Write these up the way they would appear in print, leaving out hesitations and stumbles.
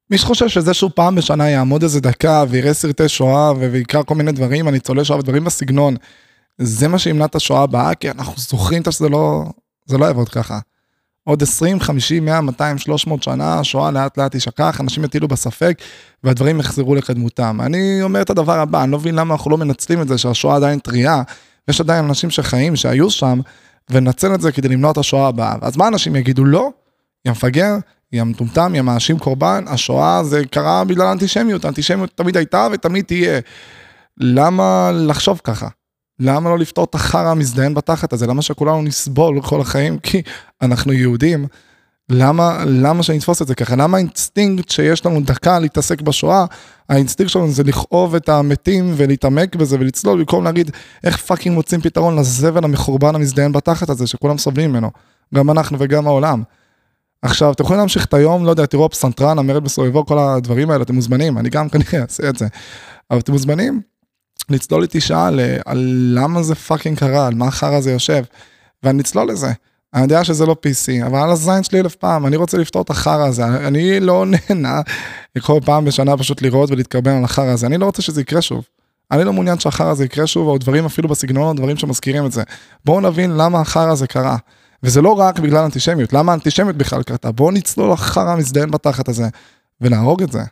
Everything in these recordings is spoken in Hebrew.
מי שחושב שזה שהוא פעם בשנה יעמוד איזה דקה, ויראה סרטי שואה, ויקרא כל מיני דברים, הניצולי שואה ודברים בסגנון, זה מה שימנע את השואה הבאה, כי אנחנו זוכרים שזה לא יעבוד ככה. עוד 20, 50, 100, 200, 300 שנה, השואה לאט לאט ישכח, אנשים יטילו בספק, והדברים יחזרו לקדמותם. אני אומר את הדבר הבא, אני לא מבין למה אנחנו לא מנצלים את זה, שהשואה עדיין טריה, ויש עדיין אנשים שחיים, שהיו שם, ונצל את זה כדי למנוע את השואה הבאה. אז מה אנשים יגידו? לא, יא מפגר, יא מטומטם, יא מאשים קורבן, השואה זה קרה בגלל האנטישמיות, האנטישמיות תמיד הייתה ותמיד תהיה. למה לחשוב ככה? למה לא לפתור את החרא המזדיין בתחת הזה? למה שכולנו נסבול כל החיים? כי אנחנו יהודים. למה שנתפוס את זה ככה? למה האינסטינקט שיש לנו דקה להתעסק בשואה, האינסטינקט שלנו זה לכאוב את המתים ולהתעמק בזה ולצלול, במקום להגיד איך פאקינג מוצאים פתרון לזבל המחורבן המזדיין בתחת הזה, שכולם סובלים ממנו. גם אנחנו וגם העולם. עכשיו, אתם יכולים להמשיך את היום, לא יודע, תראו פסנתרן, המרד בסובבו, כל הדברים האלה, אתם מוזמנים, אני גם כנראה אעשה את זה. אבל אתם מוזמנים לצלול איתי שעה על למה זה פאקינג קרה, על מה החרא הזה יושב, ואני אצלול לזה. אני יודע שזה לא PC, אבל על הזין שלי 1000 פעם, אני רוצה לפתור את החרא הזה, אני לא נהנה כל פעם בשנה פשוט לראות ולהתקרבן על החרא הזה, אני לא רוצה שזה יקרה שוב. אני לא מעוניין שהחרא הזה יקרה שוב, או דברים אפילו בסגנון, או דברים שמזכירים את זה. בואו נבין למה החרא הזה קרה. וזה לא רק בגלל אנטישמיות, למה האנטישמיות בכלל קרתה? בואו נצלול לחרא המזדיין בתחת הזה, ונהרוג את זה.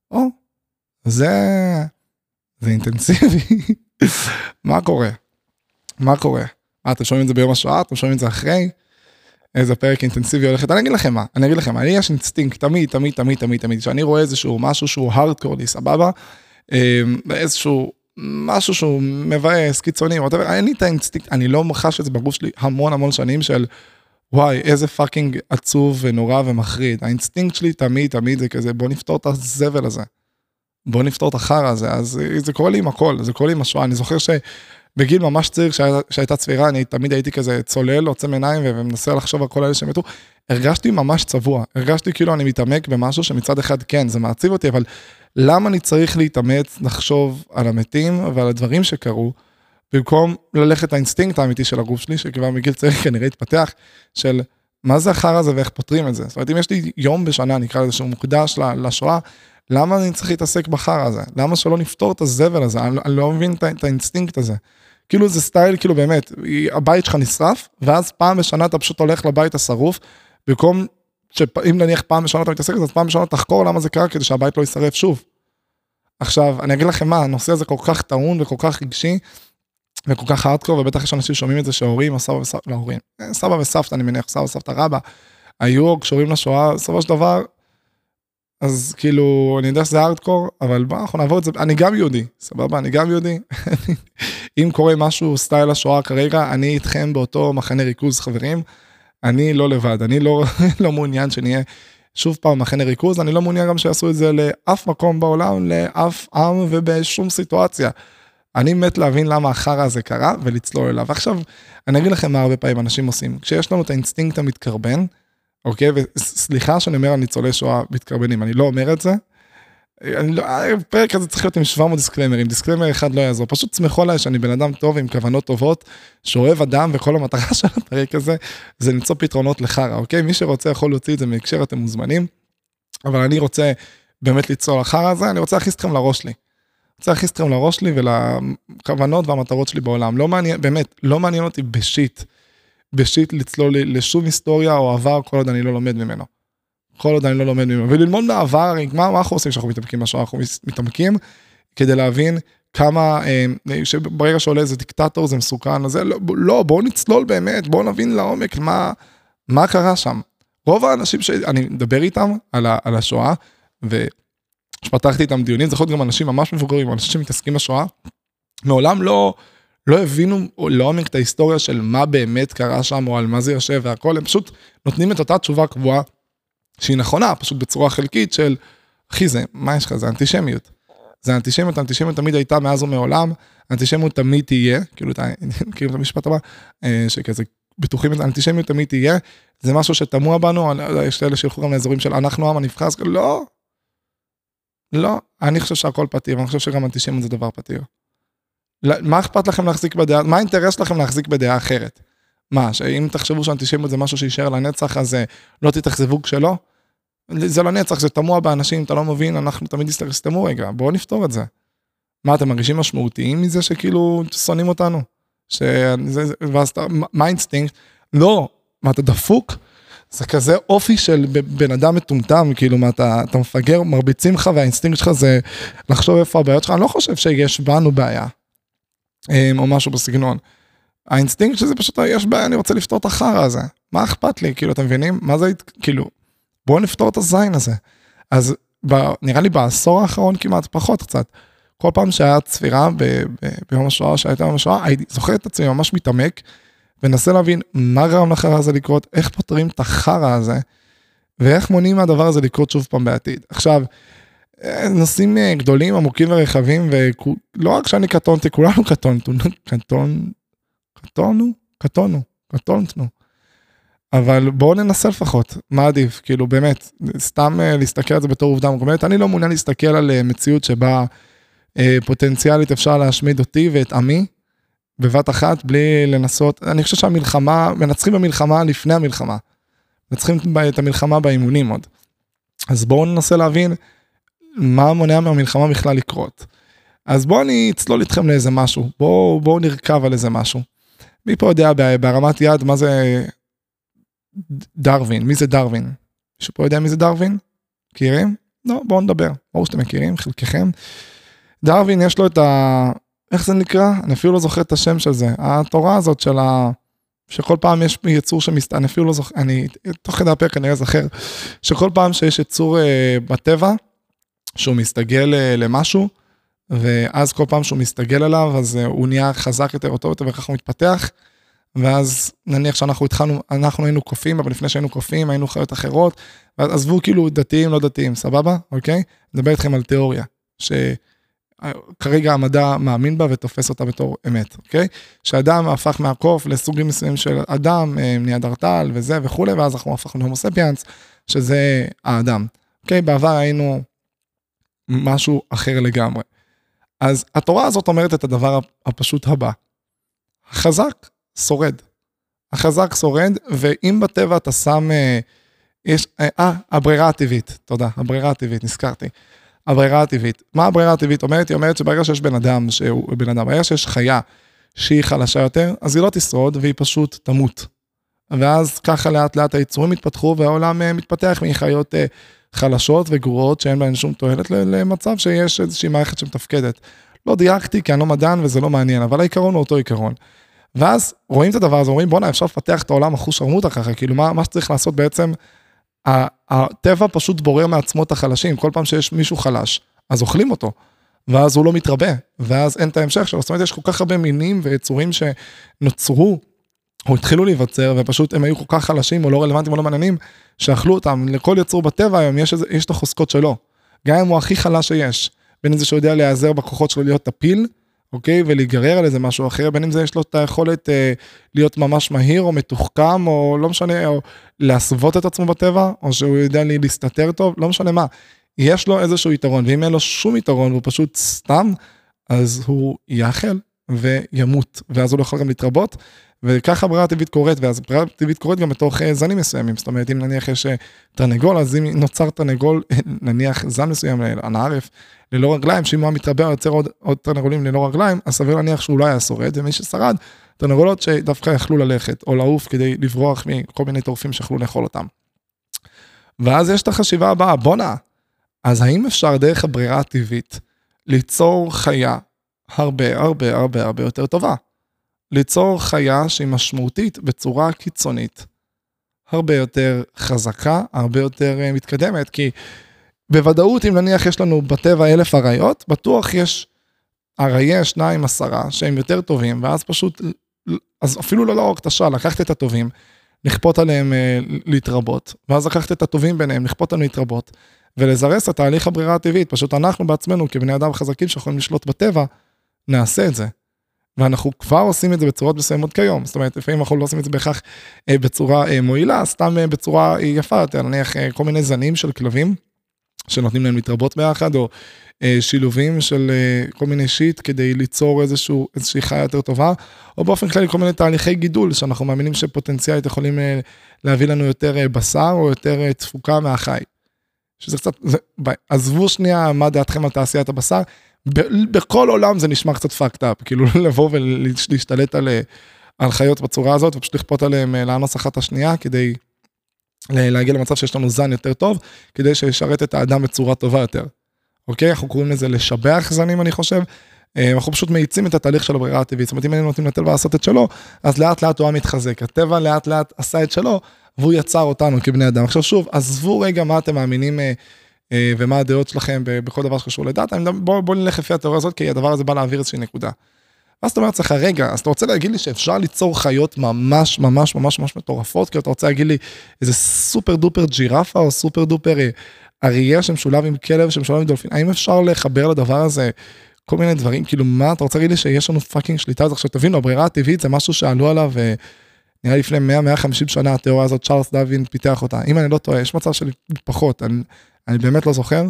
זה אינטנסיבי. מה קורה? אתם שומעים את זה ביום השואה, אתם שומעים את זה אחרי? איזה פרק אינטנסיבי הולכת? אני אגיד לכם מה, אני יש אינסטינקט תמיד, שאני רואה איזשהו משהו שהוא הארדקורלי, סבבה? איזשהו משהו שהוא מבאס, קיצוני, אין לי את האינסטינקט, אני לא מחש את זה בגוף שלי המון שנים של, וואי, איזה פאקינג עצוב ונורא ומחריד. האינסטינקט שלי תמיד זה כזה, בוא נפתור את הזבל הזה. בוא נפתור את החרא הזה. אז זה קורה לי עם הכל, זה קורה לי עם השואה. אני זוכר שבגיל ממש צעיר, שהייתה צבירה, אני תמיד הייתי כזה צולל, עוצם עיניים ומנסה לחשוב על כל אלה שמתו. הרגשתי ממש צבוע. הרגשתי כאילו אני מתעמק במשהו שמצד אחד כן, זה מעציב אותי, אבל למה אני צריך להתאמץ, לחשוב על המתים ועל הדברים שקרו, במקום ללכת האינסטינקט האמיתי של הגוף שלי, שכבר מגיל צעיר כנראה התפתח, של מה זה החרא הזה ואיך פותרים את זה. זאת אומרת, אם יש לי יום בשנה, נקרא לזה שהוא מוקדש לשואה, למה אני צריך להתעסק בחרא הזה? למה שלא נפתור את הזבל הזה? אני לא מבין את האינסטינקט הזה. כאילו זה סטייל, כאילו באמת, הבית שלך נשרף, ואז פעם בשנה אתה פשוט הולך לבית השרוף, במקום שאם נניח פעם בשנה אתה מתעסק, אז פעם בשנה תחקור למה זה קרה, כדי שהבית לא ישרף שוב. עכשיו, אני אגיד לכם מה, הנושא הזה כל כך טעון וכל כך רגשי, וכל כך הארדקור, ובטח יש אנשים שומעים את זה שההורים, סבא וסבתא, אני מניח, סבא וסבתא רבא, היו קשורים לשואה, בסופו של דבר, אז כאילו, אני יודע שזה הארדקור, אבל בוא, אנחנו נעבור את זה, אני גם יהודי, סבבה, אני גם יהודי, אם קורה משהו סטייל השואה כרגע, אני איתכם באותו מחנה ריכוז, חברים, אני לא לבד, אני לא מעוניין שנהיה שוב פעם מחנה ריכוז, אני לא מעוניין גם שיעשו את זה לאף מקום בעולם, לאף עם ובשום סיטואציה. אני מת להבין למה החרא הזה קרה ולצלול אליו. עכשיו, אני אגיד לכם מה הרבה פעמים אנשים עושים. כשיש לנו את האינסטינקט המתקרבן, אוקיי? וסליחה שאני אומר על ניצולי שואה מתקרבנים, אני לא אומר את זה. הפרק הזה צריך להיות עם 700 דיסקלמרים, דיסקלמר אחד לא יעזור. פשוט שמחו עליי שאני בן אדם טוב עם כוונות טובות, שאוהב אדם, וכל המטרה של הפרק הזה זה למצוא פתרונות לחרא, אוקיי? מי שרוצה יכול להוציא את זה מהקשר, אתם מוזמנים. אבל אני רוצה באמת ליצור לחרא הזה, אני רוצה להכניס אתכם לראש שלי. רוצה להכניס אתכם לראש שלי ולכוונות והמטרות שלי בעולם. לא מעניין, באמת, לא מעניין אותי בשיט לצלול לשום היסטוריה או עבר, כל עוד אני לא לומד ממנו. כל עוד אני לא לומד ממנו. וללמוד מהעבר, מה אנחנו עושים כשאנחנו מתעמקים בשואה? אנחנו מתעמקים כדי להבין כמה, שברגע שעולה איזה דיקטטור, זה מסוכן, אז לא, בואו נצלול באמת, בואו נבין לעומק מה קרה שם. רוב האנשים שאני מדבר איתם על השואה, שפתחתי איתם דיונים, זה יכול להיות גם אנשים ממש מבוגרים, אנשים שמתעסקים בשואה, מעולם לא הבינו לעומק את ההיסטוריה של מה באמת קרה שם, או על מה זה יושב והכל, הם פשוט נותנים את אותה תשובה קבועה, שהיא נכונה, פשוט בצורה חלקית של, אחי זה, מה יש לך? זה אנטישמיות. זה אנטישמיות, אנטישמיות תמיד הייתה מאז ומעולם, אנטישמיות תמיד תהיה, כאילו את המשפט הבא, שכזה בטוחים את האנטישמיות תמיד תהיה, זה משהו שתמוע בנו, יש כאלה שילכו גם לאזורים של אנחנו עם הנבחר, לא, אני חושב שהכל פתיר, אני חושב שגם אנטישמיות זה דבר פתיר. מה אכפת לכם להחזיק בדעה, מה האינטרס לכם להחזיק בדעה אחרת? מה, שאם תחשבו שאנטישמיות זה משהו שישאר לנצח, אז לא תתאכזבו כשלא? זה לא נצח, זה תמוה באנשים, אתה לא מבין, אנחנו תמיד הסתמו רגע, בואו נפתור את זה. מה, אתם מרגישים משמעותיים מזה שכאילו שונאים אותנו? מה האינסטינקט? לא, מה אתה דפוק? זה כזה אופי של בן אדם מטומטם, כאילו מה אתה מפגר, מרביצים לך, והאינסטינקט שלך זה לחשוב איפה הבעיות שלך, אני לא חושב שיש בנו בעיה, או משהו בסגנון. האינסטינקט שזה פשוט, יש בעיה, אני רוצה לפתור את החרא הזה. מה אכפת לי? כאילו, אתם מבינים? מה זה, כאילו, בואו נפתור את הזין הזה. אז נראה לי בעשור האחרון כמעט פחות קצת. כל פעם שהיה צפירה ביום השואה, שהייתה יום השואה, הייתי זוכר את עצמי ממש מתעמק, ונסה להבין מה גרם לחרא הזה לקרות, איך פותרים את החרא הזה, ואיך מונעים מהדבר הזה לקרות שוב פעם בעתיד. עכשיו, נושאים גדולים, עמוקים ורחבים, ולא רק שאני קטונתי, כולנו קטונתנו. אבל בואו ננסה לפחות, מה עדיף? כאילו באמת, סתם להסתכל על זה בתור עובדה מוגבלת, אני לא מעוניין להסתכל על מציאות שבה פוטנציאלית אפשר להשמיד אותי ואת עמי, בבת אחת, בלי לנסות, אני חושב שהמלחמה, מנצחים במלחמה לפני המלחמה, מנצחים את המלחמה באימונים עוד. אז בואו ננסה להבין מה מונע מהמלחמה בכלל לקרות. אז בואו אני אצלול איתכם לאיזה משהו, בואו נרכב על איזה משהו. מי פה יודע בהרמת יד מה זה דרווין, מי זה דרווין? מישהו פה יודע מי זה דרווין? מכירים? לא, בואו נדבר, ברור שאתם מכירים, חלקכם. דרווין יש לו את איך זה נקרא? אני אפילו לא זוכר את השם של זה. התורה הזאת שכל פעם יש יצור אני אפילו לא זוכר, תוך כדי הפרק כנראה זכר, שכל פעם שיש יצור בטבע, שהוא מסתגל למשהו, ואז כל פעם שהוא מסתגל עליו, אז הוא נהיה חזק יותר, אותו יותר, וכך הוא מתפתח, ואז נניח אנחנו היינו קופים, אבל לפני שהיינו קופים, היינו חיות אחרות, ואז עזבו כאילו דתיים, לא דתיים, סבבה? אוקיי? נדבר איתכם על תיאוריה, כרגע המדע מאמין בה ותופס אותה בתור אמת, אוקיי? שאדם הפך מהקוף לסוגים מסוימים של אדם, ניאנדרטל וזה וכו', ואז אנחנו הפכנו להומו ספיאנס, שזה האדם. אוקיי? בעבר היינו משהו אחר לגמרי. אז התורה הזאת אומרת את הדבר הפשוט הבא. החזק שורד. החזק שורד, ואם בטבע אתה שם, הברירה הטבעית, תודה, הברירה הטבעית, נזכרתי. הברירה הטבעית. מה הברירה הטבעית אומרת? היא אומרת שברגע שיש בן אדם, ברגע שיש חיה שהיא חלשה יותר, אז היא לא תשרוד והיא פשוט תמות. ואז ככה לאט לאט היצורים מתפתחו והעולם מתפתח מחיות חלשות וגרועות שאין בהן שום תועלת למצב שיש איזושהי מערכת שמתפקדת. לא דייקתי כי אני לא מדען וזה לא מעניין, אבל העיקרון הוא אותו עיקרון. ואז רואים את הדבר הזה, אומרים בוא'נה אפשר לפתח את העולם אחוש שרמוטה ככה, כאילו מה שצריך לעשות בעצם, הטבע פשוט בורר מעצמו את החלשים, כל פעם שיש מישהו חלש, אז אוכלים אותו, ואז הוא לא מתרבה, ואז אין את ההמשך שלו, זאת אומרת יש כל כך הרבה מינים ויצורים שנוצרו, או התחילו להיווצר, ופשוט הם היו כל כך חלשים, או לא רלוונטיים, או לא מעניינים, שאכלו אותם, לכל יצור בטבע היום יש את החוזקות שלו, גם אם הוא הכי חלש שיש, בין אם זה שהוא יודע להיעזר בכוחות שלו להיות טפיל, אוקיי, ולהיגרר על איזה משהו אחר, בין אם זה יש לו את היכולת להיות ממש מהיר, או מתוחכם, או לא משנה, או להסוות את עצמו בטבע, או שהוא יודע להסתתר טוב, לא משנה מה. יש לו איזשהו יתרון, ואם אין לו שום יתרון, והוא פשוט סתם, אז הוא יאכל וימות, ואז הוא לא יכול גם להתרבות, וככה הברירה הטבעית קורית, ואז הברירה הטבעית קורית גם בתוך זנים מסוימים, זאת אומרת, אם נניח יש תרנגול, אז אם נוצר תרנגול, נניח זן מסוים לענערף, ללא רגליים, שאם הוא מתרבה יוצר עוד תרנגולים ללא רגליים, אז סביר להניח שהוא לא היה שורד, ומי ששרד, תרנגולות שדווקא יכלו ללכת, או לעוף כדי לברוח מכל מיני טורפים שיכלו לאכול אותם. ואז יש את החשיבה הבאה, בונה, אז האם אפשר דרך הברירה הטבעית ליצור חיה הרבה הרבה הרבה הרבה יותר טובה? ליצור חיה שהיא משמעותית בצורה קיצונית, הרבה יותר חזקה, הרבה יותר מתקדמת, כי בוודאות אם נניח יש לנו בטבע 1,000 אריות, בטוח יש אריה 2, 10 שהם יותר טובים, ואז פשוט, אז אפילו לא להרוג את השעה, לקחת את הטובים, לכפות עליהם להתרבות, ואז לקחת את הטובים ביניהם, לכפות עליהם להתרבות, ולזרס את התהליך הברירה הטבעית, פשוט אנחנו בעצמנו כבני אדם חזקים שיכולים לשלוט בטבע, נעשה את זה. ואנחנו כבר עושים את זה בצורות מסוימות כיום, זאת אומרת, לפעמים אנחנו לא עושים את זה בהכרח בצורה מועילה, סתם בצורה יפה יותר, נניח כל מיני זנים של כלבים, שנותנים להם להתרבות ביחד, או שילובים של כל מיני שיט, כדי ליצור איזושהי חיה יותר טובה, או באופן כללי כל מיני תהליכי גידול, שאנחנו מאמינים שפוטנציאלית יכולים להביא לנו יותר בשר, או יותר תפוקה מהחי. שזה קצת, עזבו שנייה מה דעתכם על תעשיית הבשר, בכל עולם זה נשמע קצת fucked up, כאילו לבוא ולהשתלט על חיות בצורה הזאת, ופשוט לכפות עליהם לאנוס אחת השנייה, כדי להגיע למצב שיש לנו זן יותר טוב, כדי שישרת את האדם בצורה טובה יותר. אוקיי? אנחנו קוראים לזה לשבח זנים, אני חושב. אנחנו פשוט מאיצים את התהליך של הברירה הטבעית. זאת אומרת, אם היינו נותנים לטבע לעשות את שלו, אז לאט לאט הוא מתחזק. הטבע לאט לאט עשה את שלו, והוא יצר אותנו כבני אדם. עכשיו שוב, עזבו רגע מה אתם מאמינים, ומה הדעות שלכם בכל דבר שקשור לדת. בואו נלך לפי התיאוריה הזאת, כי הדבר הזה בא להעביר איזושהי נקודה. אז אתה אומר לך, רגע, אז אתה רוצה להגיד לי שאפשר ליצור חיות ממש ממש ממש ממש מטורפות, כי אתה רוצה להגיד לי איזה סופר דופר ג'ירפה, או סופר דופר אריה שמשולב עם כלב, שמשולב עם דולפין, האם אפשר לחבר לדבר הזה כל מיני דברים, כאילו מה, אתה רוצה להגיד לי שיש לנו פאקינג שליטה, אז עכשיו תבינו, הברירה הטבעית זה משהו שעלו עליו, נראה לפני 100-150 שנה, התיאוריה הזאת, צ'ארלס דרווין פיתח אותה, אם אני לא טועה, יש מצב של פחות, אני באמת לא זוכר,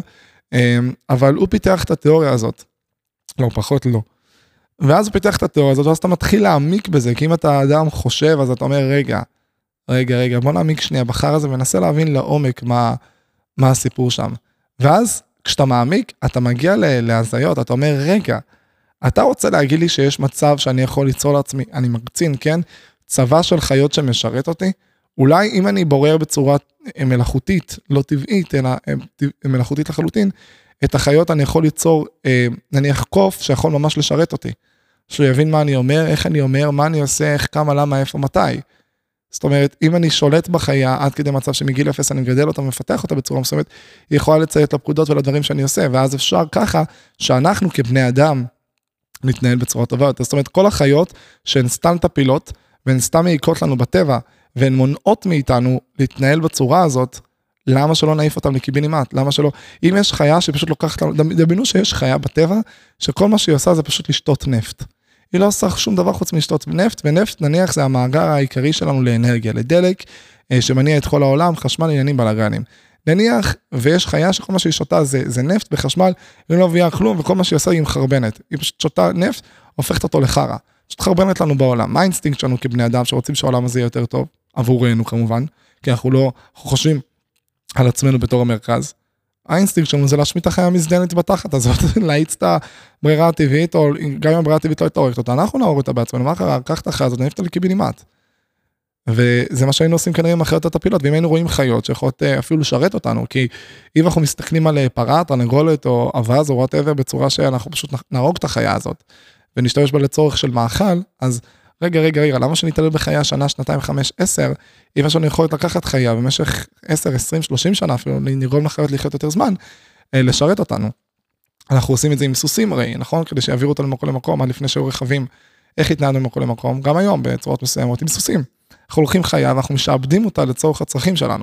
אבל הוא פיתח את התיאוריה הזאת, לא, פחות לא. ואז הוא פיתח את התיאוריה הזאת, ואז אתה מתחיל להעמיק בזה, כי אם אתה אדם חושב, אז אתה אומר, רגע, בוא נעמיק שנייה בחר הזה, וננסה להבין לעומק מה הסיפור שם. ואז, כשאתה מעמיק, אתה מגיע להזיות, אתה אומר, רגע, אתה רוצה להגיד לי שיש מצב שאני יכול ליצור לעצמי, אני מקצין, כן? צבא של חיות שמשרת אותי, אולי אם אני בורר בצורה מלאכותית, לא טבעית, אלא מלאכותית לחלוטין, את החיות אני יכול ליצור, נניח קוף שיכול ממש לשרת אותי. שהוא יבין מה אני אומר, איך אני אומר, מה אני עושה, איך, כמה, למה, איפה, מתי. זאת אומרת, אם אני שולט בחיה עד כדי מצב שמגיל אפס אני מגדל אותה ומפתח אותה בצורה מסוימת, היא יכולה לציית לפקודות ולדברים שאני עושה, ואז אפשר ככה שאנחנו כבני אדם נתנהל בצורה טובה יותר. זאת אומרת, כל החיות שהן סתם טפילות, והן סתם מעיקות לנו בטבע, והן מונעות מאיתנו להתנהל בצורה הזאת, למה שלא נעיף אותם לקיבינימט? למה שלא? אם יש חיה שפשוט לוקחת לנו, דמיינו שיש חיה בטבע, שכל מה שהיא עושה זה פשוט לשתות נפט. היא לא עושה שום דבר חוץ מלשתות נפט, ונפט נניח זה המאגר העיקרי שלנו לאנרגיה, לדלק, שמניע את כל העולם, חשמל, עניינים, בלגנים. נניח, ויש חיה שכל מה שהיא שותה זה נפט בחשמל, היא לא מביאה כלום, וכל מה שהיא עושה היא מחרבנת. היא פשוט שותה נפט, הופכת אותו לחרה. פשוט חרבנת לנו בעולם. מה האינסטינקט שלנו כבני אדם שרוצים שהעולם הזה יהיה יותר טוב? עבורנו כמובן, כי אנחנו חושבים על עצמנו בתור המרכז. האינסטינקט שלנו זה להשמיט החיה המזדיינת בתחת הזאת, להאיץ את הברירה הטבעית, או גם אם הברירה הטבעית לא תעורכת אותה, אנחנו נעורר אותה בעצמנו, מה קרה? קח את החיה הזאת, נעיף אותה לקיבינימט. וזה מה שהיינו עושים כנראה עם החיות הטפילות, ואם היינו רואים חיות שיכולות אפילו לשרת אותנו, כי אם אנחנו מסתכלים על פרה, תרנגולת או אבז או whatever, בצורה שאנחנו פשוט נהרוג את החיה הזאת, ונשתמש בה לצורך של מאכל, אז רגע, למה שנתעלל בחיה שנה, שנתיים, 5, 10, אם יש לנו יכולת לקחת חיה במשך 10, 20, 30 שנה, אפילו נגרום לחיות לחיות יותר זמן, לשרת אותנו. אנחנו עושים את זה עם סוסים הרי, נכון? כדי שיעבירו אותנו ממקום למקום, עד לפני שהיו רכבים, איך התנהלנו ממקום למקום, גם היום בצורות מסוימות עם סוסים. אנחנו לוקחים חיה ואנחנו משעבדים אותה לצורך הצרכים שלנו.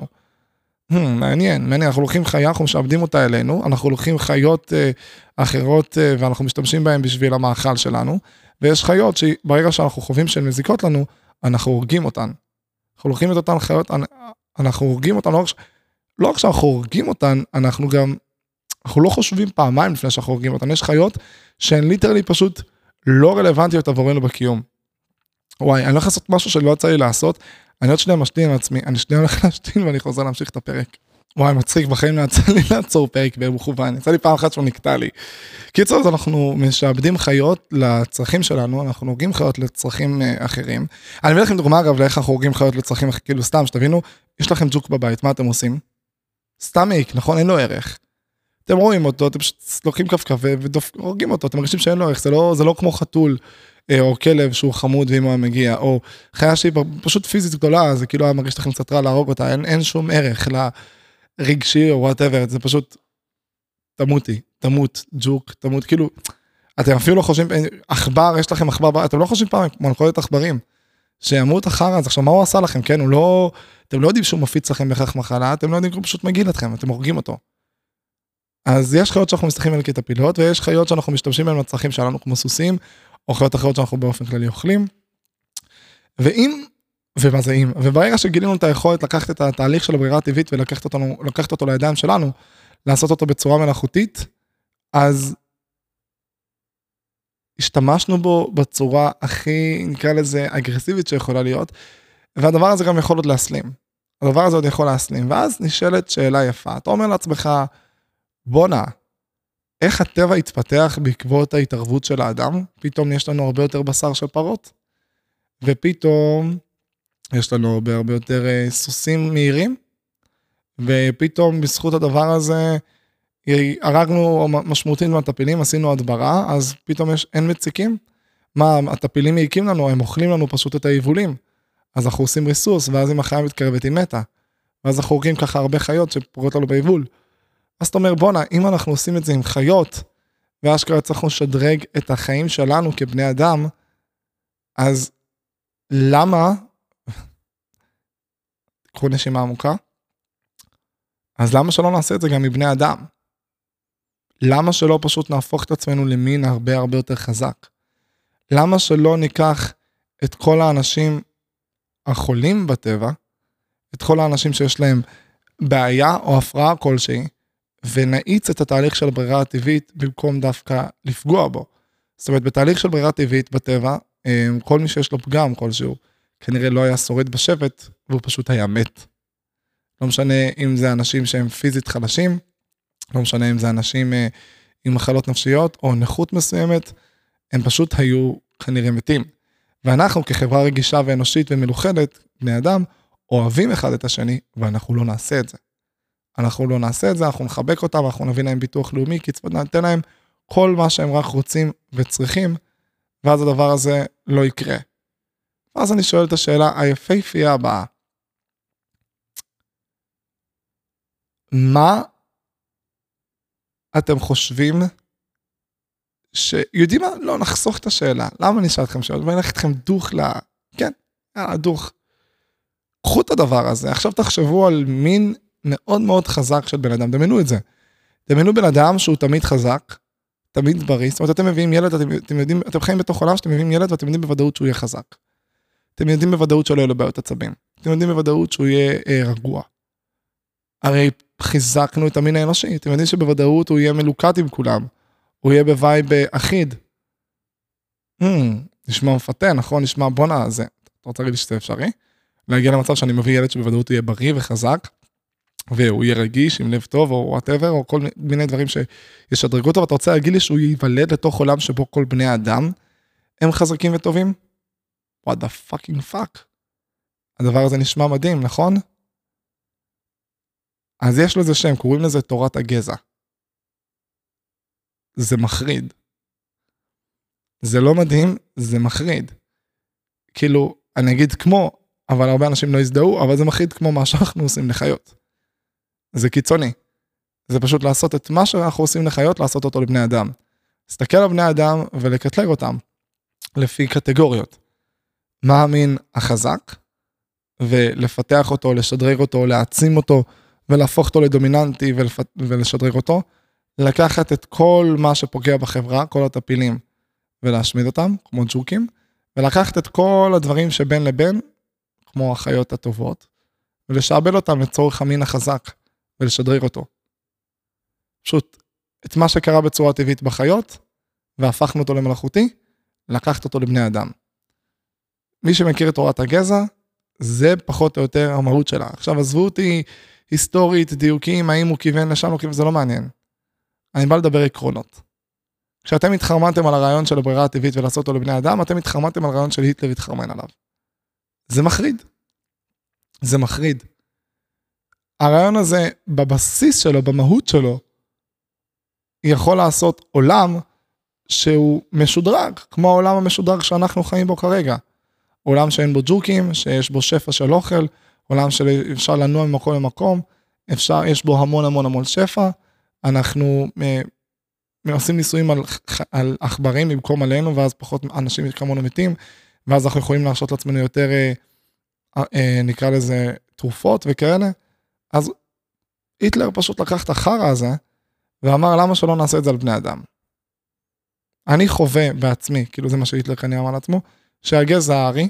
מעניין, אנחנו לוקחים חיה, אנחנו משעבדים אותה אלינו, אנחנו לוקחים חיות אחרות ואנחנו משתמשים בהן בשביל המאכל שלנו, ויש חיות שברגע שאנחנו חווים שהן מזיקות לנו, אנחנו הורגים אותן. אנחנו לוקחים את אותן חיות, אנחנו הורגים אותן, לא רק שאנחנו הורגים אותן, אנחנו לא חושבים פעמיים לפני שאנחנו הורגים אותן, יש חיות שהן ליטרלי פשוט לא רלוונטיות עבורנו בקיום. וואי, אני הולך לעשות משהו שלא יצא לי לעשות, אני עוד שנייה משתין על עצמי, אני שנייה הולך להשתין ואני חוזר להמשיך את הפרק. וואי, מצחיק, בחיים יצא לי לעצור פרק במכוון, יצא לי פעם אחת שהוא נקטע לי. קיצור, אז אנחנו משעבדים חיות לצרכים שלנו, אנחנו הורגים חיות לצרכים אחרים. אני מביא לכם דוגמה אגב, לאיך אנחנו הורגים חיות לצרכים, כאילו סתם, שתבינו, יש לכם ג'וק בבית, מה אתם עושים? סתם מעיק, נכון? אין לו ערך. אתם רואים אותו, אתם פשוט לוקחים כפכף והורגים אותו, אתם מרגישים שאין לו ערך, זה לא כמו חתול, או כלב שהוא חמוד ואם הוא מגיע, או חיה שהיא פשוט פיזית גדולה, זה כאילו היה מרגיש לכם קצת רע להרוג אותה, אין שום ערך לרגשי או whatever, זה פשוט תמות, ג'וק, תמות, כאילו, אתם אפילו לא חושבים, עכבר, יש לכם עכבר, אתם לא חושבים פעם, מלכודת עכברים, שימות אחר, אז עכשיו מה הוא עשה לכם, כן, אתם לא יודעים שהוא מפיץ לכם בכך מחלה, אתם לא יודעים, הוא פשוט מגיל אתכם, אתם הורגים אותו. אז יש חיות שאנחנו מסתכלים על כטפילות, ויש חיות שאנחנו משתמשים בהם לצרכים שלנו, כמו סוסים, או חיות אחרות שאנחנו באופן כללי אוכלים. וברגע שגילינו את היכולת לקחת את התהליך של הברירה הטבעית, ולקחת אותו לידיים שלנו, לעשות אותו בצורה מלאכותית, אז השתמשנו בו בצורה הכי, נקרא לזה, אגרסיבית שיכולה להיות, והדבר הזה גם יכול עוד להסלים. הדבר הזה עוד יכול להסלים, ואז נשאלת שאלה יפה, אתה אומר לעצמך, בונה, איך הטבע התפתח בעקבות ההתערבות של האדם? פתאום יש לנו הרבה יותר בשר של פרות, ופתאום יש לנו הרבה יותר סוסים מהירים, ופתאום בזכות הדבר הזה, הרגנו משמעותית מהטפילים, עשינו הדברה, אז פתאום אין מציקים. מה, הטפילים מעיקים לנו, הם אוכלים לנו פשוט את היבולים. אז אנחנו עושים ריסוס, ואז אם החיה מתקרבת היא מתה. ואז אנחנו הורגים ככה הרבה חיות שפוגעות לנו ביבול. אז אתה אומר, בונה, אם אנחנו עושים את זה עם חיות, ואשכרה צריכים לשדרג את החיים שלנו כבני אדם, אז למה, קחו נשימה עמוקה, אז למה שלא נעשה את זה גם מבני אדם? למה שלא פשוט נהפוך את עצמנו למין הרבה יותר חזק? למה שלא ניקח את כל האנשים החולים בטבע, את כל האנשים שיש להם בעיה או הפרעה כלשהי, ונאיץ את התהליך של ברירה הטבעית במקום דווקא לפגוע בו. זאת אומרת, בתהליך של ברירה טבעית בטבע, כל מי שיש לו פגם כלשהו, כנראה לא היה שורד בשבט, והוא פשוט היה מת. לא משנה אם זה אנשים שהם פיזית חלשים, לא משנה אם זה אנשים עם מחלות נפשיות או נכות מסוימת, הם פשוט היו כנראה מתים. ואנחנו כחברה רגישה ואנושית ומלוכדת, בני אדם, אוהבים אחד את השני, ואנחנו לא נעשה את זה. אנחנו לא נעשה את זה, אנחנו נחבק אותם, אנחנו נביא להם ביטוח לאומי, קצבת, ניתן להם כל מה שהם רק רוצים וצריכים, ואז הדבר הזה לא יקרה. אז אני שואל את השאלה היפהפייה הבאה. מה אתם חושבים שיודעים מה? לא, נחסוך את השאלה. למה אני אשאל אתכם שאלות? ואני אלך אתכם דוך כן, דוך. קחו את הדבר הזה. עכשיו תחשבו על מין מאוד חזק של בן אדם. דמיינו את זה. דמיינו בן אדם שהוא תמיד חזק, תמיד בריא. זאת אומרת, אתם מביאים ילד, אתם חיים בתוך עולם שאתם מביאים ילד, ואתם יודעים בוודאות שהוא יהיה חזק. אתם יודעים בוודאות שלא יהיו לו בעיות עצבים. אתם יודעים בוודאות שהוא יהיה רגוע. הרי חיזקנו את המין האנושי. אתם יודעים שבוודאות הוא יהיה מלוקט עם כולם. הוא יהיה בווייב אחיד. נשמע מפתה, נכון? נשמע בונה זה. אתה רוצה להגיד לי שזה אפשרי? להגיע למצב שאני מביא ילד שבוודאות הוא יהיה בריא וחזק, והוא יהיה רגיש עם לב טוב או whatever, או כל מיני דברים שישדרגו אותו, ואתה רוצה להגיד לי שהוא ייוולד לתוך עולם שבו כל בני האדם הם חזקים וטובים? What the fucking fuck? הדבר הזה נשמע מדהים, נכון? אז יש לזה שם, קוראים לזה תורת הגזע. זה מחריד. זה לא מדהים, זה מחריד. כאילו, אני אגיד כמו, אבל הרבה אנשים לא יזדהו, אבל זה מחריד כמו מה שאנחנו עושים לחיות. זה קיצוני. זה פשוט לעשות את מה שאנחנו עושים לחיות, לעשות אותו לבני אדם. להסתכל על בני אדם ולקטלג אותם, לפי קטגוריות. מה המין החזק, ולפתח אותו, לשדרג אותו, להעצים אותו, ולהפוך אותו לדומיננטי ולשדרג אותו, לקחת את כל מה שפוגע בחברה, כל הטפילים, ולהשמיד אותם, כמו ג'וקים, ולקחת את כל הדברים שבין לבין, כמו החיות הטובות, ולשעבל אותם לצורך המין החזק, ולשדרג אותו. פשוט, את מה שקרה בצורה טבעית בחיות, והפכנו אותו למלאכותי, לקחת אותו לבני אדם. מי שמכיר את תורת הגזע, זה פחות או יותר המהות שלה. עכשיו, עזבו אותי היסטורית, דיוקים, האם הוא כיוון לשם או כיוון, זה לא מעניין. אני בא לדבר עקרונות. כשאתם התחרמנתם על הרעיון של הברירה הטבעית ולעשות אותו לבני אדם, אתם התחרמנתם על הרעיון של היטלר התחרמן עליו. זה מחריד. זה מחריד. הרעיון הזה, בבסיס שלו, במהות שלו, יכול לעשות עולם שהוא משודרג, כמו העולם המשודרג שאנחנו חיים בו כרגע. עולם שאין בו ג'וקים, שיש בו שפע של אוכל, עולם שאפשר לנוע ממקום למקום, יש בו המון שפע, אנחנו עושים ניסויים על עכברים במקום עלינו, ואז פחות אנשים כמונו מתים, ואז אנחנו יכולים להרשות לעצמנו יותר, נקרא לזה תרופות וכאלה. אז היטלר פשוט לקח את החרא הזה, ואמר למה שלא נעשה את זה על בני אדם. אני חווה בעצמי, כאילו זה מה שהיטלר כנראה אמר לעצמו, שהגזע הארי,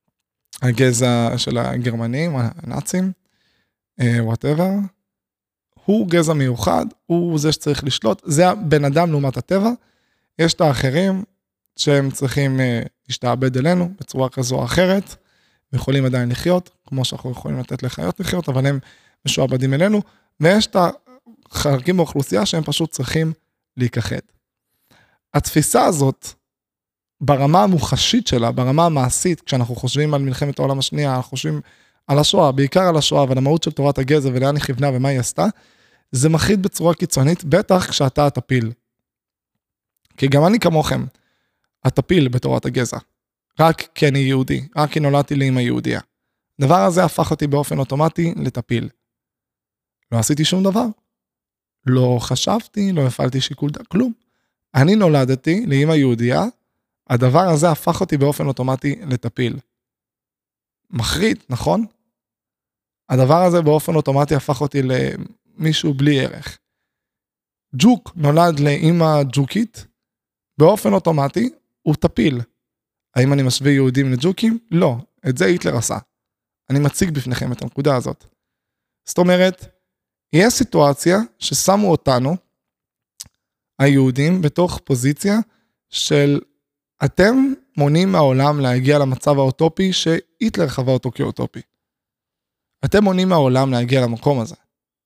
הגזע של הגרמנים, הנאצים, whatever, הוא גזע מיוחד, הוא זה שצריך לשלוט, זה הבן אדם לעומת הטבע, יש את האחרים שהם צריכים להשתעבד אלינו בצורה כזו או אחרת, ויכולים עדיין לחיות, כמו שאנחנו יכולים לתת לחיות לחיות, אבל הם משועבדים אלינו, ויש את החלקים באוכלוסייה שהם פשוט צריכים להיכחד. התפיסה הזאת, ברמה המוחשית שלה, ברמה המעשית, כשאנחנו חושבים על מלחמת העולם השנייה, אנחנו חושבים על השואה, בעיקר על השואה, ועל המהות של תורת הגזע, ולאן היא כיוונה ומה היא עשתה, זה מחריד בצורה קיצונית, בטח כשאתה הטפיל. כי גם אני כמוכם, הטפיל בתורת הגזע. רק כי אני יהודי, רק כי נולדתי לאמא יהודיה. הדבר הזה הפך אותי באופן אוטומטי לטפיל. לא עשיתי שום דבר. לא חשבתי, לא הפעלתי שיקול דעת, כלום. אני נולדתי לאמא יהודיה, הדבר הזה הפך אותי באופן אוטומטי לטפיל. מחריד, נכון? הדבר הזה באופן אוטומטי הפך אותי למישהו בלי ערך. ג'וק נולד לאמא ג'וקית, באופן אוטומטי הוא טפיל. האם אני משווה יהודים לג'וקים? לא, את זה היטלר עשה. אני מציג בפניכם את הנקודה הזאת. זאת אומרת, יש סיטואציה ששמו אותנו, היהודים, בתוך פוזיציה של אתם מונעים מהעולם להגיע למצב האוטופי שהיטלר חווה אותו כאוטופי. אתם מונעים מהעולם להגיע למקום הזה.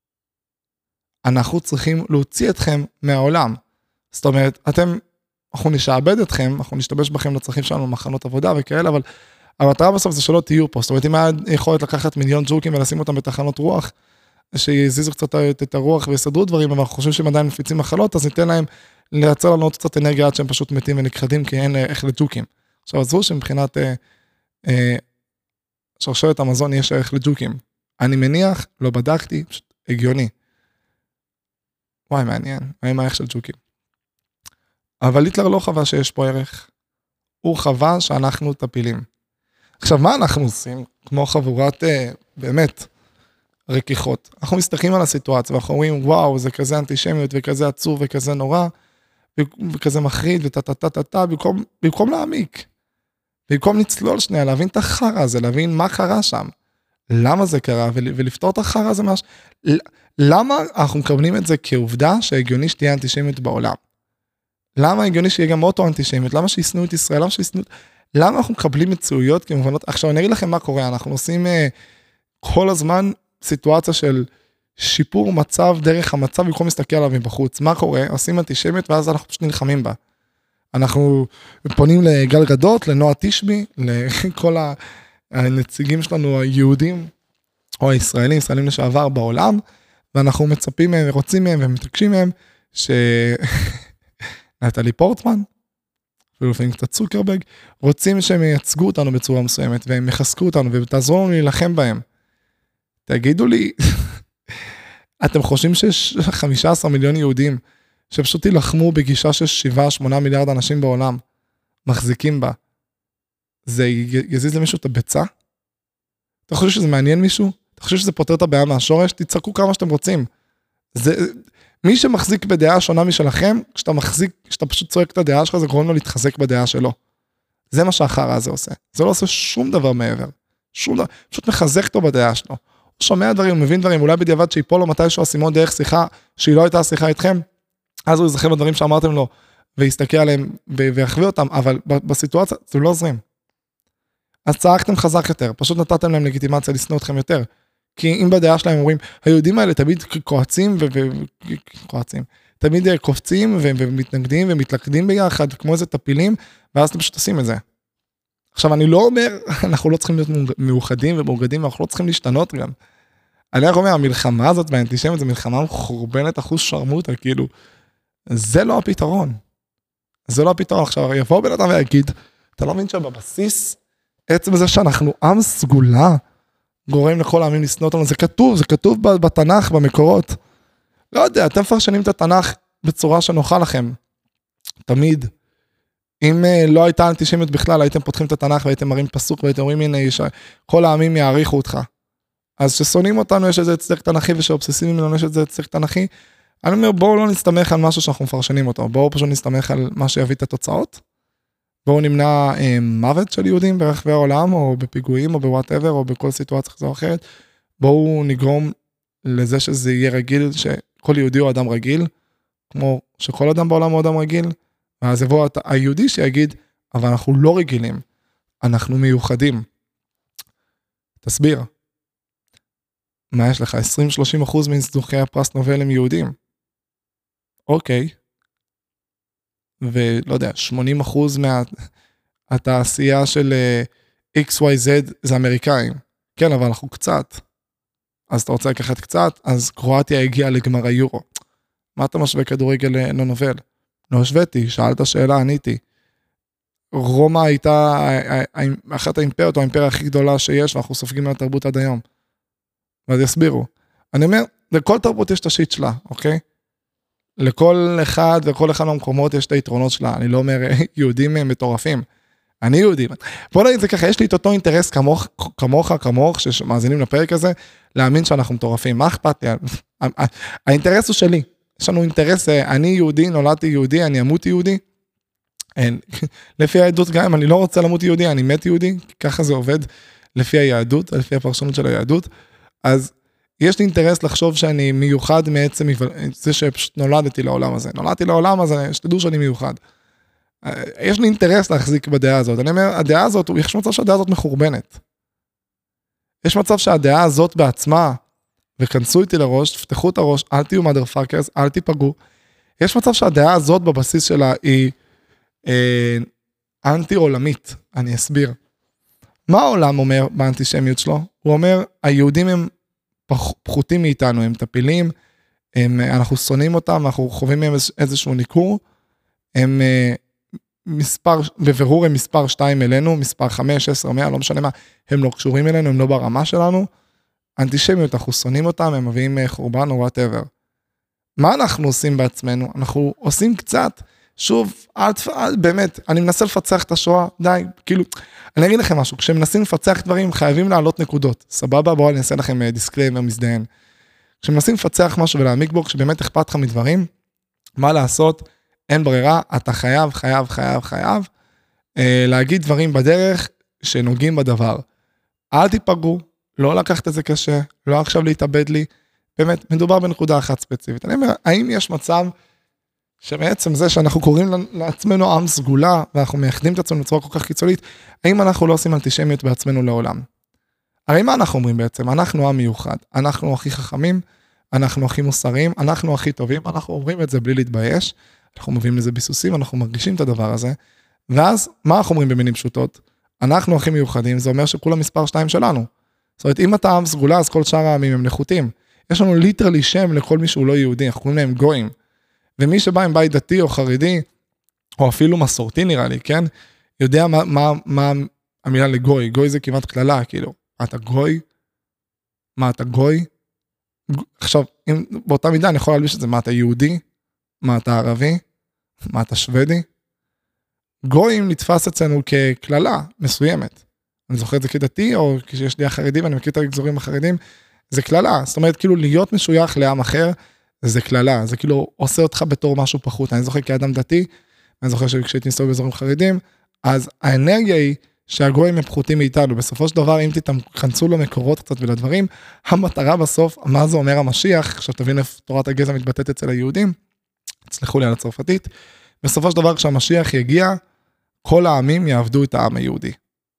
אנחנו צריכים להוציא אתכם מהעולם. זאת אומרת, אנחנו נשעבד אתכם, אנחנו נשתבש בכם לצרכים שלנו במחנות עבודה וכאלה, אבל המטרה בסוף זה שלא תהיו פה. זאת אומרת, אם היה יכולת לקחת מיליון ג'וקים ולשים אותם בתחנות רוח, שיזיזו קצת את הרוח ויסדרו דברים, אבל אנחנו חושבים שהם עדיין מפיצים מחלות, אז ניתן להם לייצר לנו קצת אנרגיה עד שהם פשוט מתים ונכחדים, כי אין איך לג'וקים. עכשיו, עזבו שמבחינת שרשרת המזון יש ערך לג'וקים. אני מניח, לא בדקתי, פשוט הגיוני. וואי, מעניין, מה הערך של ג'וקים? אבל היטלר לא חווה שיש פה ערך. הוא חווה שאנחנו טפילים. עכשיו, מה אנחנו עושים? כמו חבורת, באמת, רכיחות. אנחנו מסתכלים על הסיטואציה, ואנחנו אומרים, וואו, זה כזה אנטישמיות, וכזה עצוב, וכזה נורא, וכזה מחריד, וטטטטטטט, במקום להעמיק. במקום לצלול שנייה, להבין את החרא הזה, להבין מה קרה שם. למה זה קרה, ולפתור את החרא הזה ממש. למה אנחנו מקבלים את זה כעובדה שהגיוני שתהיה אנטישמיות בעולם? למה הגיוני שיהיה גם אוטו-אנטישמיות? למה שישנאו את ישראל? למה אנחנו מקבלים מציאויות כמובנות? עכשיו, אני אגיד לכם מה קורה, אנחנו עושים כל הזמן סיטואציה של שיפור מצב דרך המצב, במקום להסתכל עליו מבחוץ. מה קורה? עושים אנטישמיות, ואז אנחנו פשוט נלחמים בה. אנחנו פונים לגל גדות, לנועה תשבי, לכל הנציגים שלנו היהודים, או הישראלים, ישראלים לשעבר בעולם, ואנחנו מצפים מהם, ורוצים מהם, ומתעקשים מהם, נטלי פורטמן, ולפעמים קצת צוקרברג, רוצים שהם ייצגו אותנו בצורה מסוימת, והם יחזקו אותנו, ותעזרו לנו להילחם בהם. תגידו לי, אתם חושבים שיש 15 מיליון יהודים, שפשוט ילחמו בגישה של 7-8 מיליארד אנשים בעולם, מחזיקים בה, זה יזיז למישהו את הביצה? אתה חושב שזה מעניין מישהו? אתה חושב שזה פותר את הבעיה מהשורש? תצעקו כמה שאתם רוצים. מי שמחזיק בדעה שונה משלכם, כשאתה פשוט צועק את הדעה שלך, זה גורם לו להתחזק בדעה שלו. זה מה שהחרא הזה עושה. זה לא עושה שום דבר מעבר. שום דבר. פשוט מחזק אותו בדעה שלו. הוא שומע דברים, הוא מבין דברים, אולי בדיעבד שיפול לו מתישהו הסימון דרך שיחה, שהיא לא הייתה שיחה איתכם, אז הוא יזכר בדברים שאמרתם לו, ויסתכל עליהם, ויחווה אותם, אבל בסיטואציה, זה לא עוזרים. אז צעקתם חזק יותר, פשוט נתתם להם לגיטימציה לשנוא אתכם יותר. כי אם בדעה שלהם אומרים, היהודים האלה תמיד קועצים תמיד קופצים ומתנגדים ומתלכדים ביחד, כמו איזה טפילים, ואז אתם פשוט עושים את זה. עכשיו, אני לא אומר, אנחנו לא צריכים להיות מאוחדים ומאוגדים, אנחנו לא צריכים להשתנות גם. אני אומר, המלחמה הזאת והאנטישמיות, זו מלחמה מחורבנת אחוז שרמוטה, כאילו, זה לא הפתרון. זה לא הפתרון. עכשיו, יבוא בן אדם ויגיד, אתה לא מבין שבבסיס, עצם זה שאנחנו עם סגולה, גורם לכל העמים לשנוא אותנו, זה כתוב בתנ"ך, במקורות. לא יודע, אתם פרשנים את התנ"ך בצורה שנוחה לכם. תמיד. אם לא הייתה אנטישמיות בכלל, הייתם פותחים את התנ"ך והייתם מראים פסוק, והייתם אומרים, הנה, כל העמים יעריכו אותך. אז ששונאים אותנו, יש איזה צדק תנ"כי, ושאובססיביים לנו יש איזה צדק תנ"כי. אני אומר, בואו לא נסתמך על משהו שאנחנו מפרשנים אותו, בואו פשוט נסתמך על מה שיביא את התוצאות. בואו נמנע מוות של יהודים ברחבי העולם, או בפיגועים, או בוואטאבר, או בכל סיטואציה כזו או אחרת. בואו נגרום לזה שזה יהיה רגיל, שכל יהודי הוא אדם רגיל, כמו שכל אדם בעולם הוא אדם רגיל, ואז יבוא היהודי שיגיד, אבל אנחנו לא רגילים, אנחנו מיוחדים. תסביר. מה יש לך? 20-30% מזוכי הפרס נובל הם יהודים. אוקיי. ולא יודע, 80% מהתעשייה של XYZ זה אמריקאים. כן, אבל אנחנו קצת. אז אתה רוצה לקחת קצת, אז קרואטיה הגיעה לגמר היורו. מה אתה משווה כדורגל לנובל? לא השוויתי, שאלת שאלה, עניתי. רומא הייתה אחת האימפריות, או האימפריה הכי גדולה שיש, ואנחנו סופגים מהתרבות עד היום. ואז יסבירו. אני אומר, לכל תרבות יש את השיט שלה, אוקיי? לכל אחד וכל אחד מהמקומות יש את היתרונות שלה. אני לא אומר יהודים מטורפים. אני יהודי. בוא נגיד זה ככה, יש לי את אותו אינטרס כמוך, שמאזינים לפרק הזה, להאמין שאנחנו מטורפים. מה אכפת לי? האינטרס הוא שלי. יש לנו אינטרס, אני יהודי, נולדתי יהודי, אני אמות יהודי. לפי היהדות גם, אני לא רוצה למות יהודי, אני מת יהודי, ככה זה עובד לפי היהדות, לפי הפרשנות של היהדות. אז יש לי אינטרס לחשוב שאני מיוחד מעצם זה שפשוט נולדתי לעולם הזה. נולדתי לעולם הזה, שתדעו שאני מיוחד. יש לי אינטרס להחזיק בדעה הזאת. אני אומר, הדעה הזאת, יש מצב שהדעה הזאת מחורבנת. יש מצב שהדעה הזאת בעצמה, וכנסו איתי לראש, תפתחו את הראש, אל תהיו motherfuckers, אל תיפגעו. יש מצב שהדעה הזאת בבסיס שלה היא אנטי עולמית. אני אסביר. מה העולם אומר באנטישמיות שלו? הוא אומר, היהודים הם פחותים מאיתנו, הם טפילים, אנחנו שונאים אותם, אנחנו חווים מהם איזשהו ניכור, הם בבירור הם מספר 2 אלינו, מספר 5, 10, 100, לא משנה מה, הם לא קשורים אלינו, הם לא ברמה שלנו, אנטישמיות, אנחנו שונאים אותם, הם מביאים חורבן או whatever. מה אנחנו עושים בעצמנו? אנחנו עושים קצת, שוב, באמת, אני מנסה לפצח את השואה, די, כאילו, אני אגיד לכם משהו, כשמנסים לפצח דברים, חייבים לעלות נקודות, סבבה? בואו אני אעשה לכם דיסקליימר מזדיין. כשמנסים לפצח משהו ולהעמיק בו, כשבאמת אכפת לך מדברים, מה לעשות? אין ברירה, אתה חייב להגיד דברים בדרך שנוגעים בדבר. אל תיפגעו, לא לקחת את זה קשה, לא עכשיו להתאבד לי, באמת, מדובר בנקודה אחת ספציפית. אני אומר, האם יש מצב שבעצם זה שאנחנו קוראים לעצמנו עם סגולה, ואנחנו מייחדים את עצמנו בצורה כל כך קיצונית, האם אנחנו לא עושים אנטישמיות בעצמנו לעולם? הרי מה אנחנו אומרים בעצם? אנחנו עם מיוחד, אנחנו הכי חכמים, אנחנו הכי מוסריים, אנחנו הכי טובים, אנחנו אומרים את זה בלי להתבייש, אנחנו מביאים לזה ביסוסים, אנחנו מרגישים את הדבר הזה, ואז מה אנחנו אומרים במילים פשוטות? אנחנו הכי מיוחדים, זה אומר שכולם מספר 2 שלנו. זאת אומרת, אם אתה עם סגולה, אז כל שאר העמים הם נחותים. יש לנו ליטרלי שם לכל מי שהוא לא יהודי, אנחנו קוראים להם גויים. ומי שבא עם בית דתי או חרדי, או אפילו מסורתי נראה לי, כן? יודע מה המילה לגוי. גוי זה כמעט כללה, כאילו. אתה גוי? מה אתה גוי? עכשיו, באותה מידה אני יכול להלביש את זה, מה אתה יהודי? מה אתה ערבי? מה אתה שוודי? גויים נתפס אצלנו ככללה מסוימת. אני זוכר את זה כדתי, או כשיש לי החרדים, ואני מכיר את הגזורים החרדים, זה כללה. זאת אומרת, כאילו להיות משוייך לעם אחר, זה כללה. זה כאילו עושה אותך בתור משהו פחות. אני זוכר כאדם דתי, אני זוכר שכשהייתי מסתובב באזורים חרדים, אז האנרגיה היא שהגויים הם פחותים מאיתנו. בסופו של דבר, אם תכנסו למקורות קצת ולדברים, המטרה בסוף, מה זה אומר המשיח, עכשיו תבין איפה תורת הגזע מתבטאת אצל היהודים, תסלחו לי על הצרפתית, בסופו של דבר, כשהמשיח יגיע, כל העמים יעבדו את העם היהודי.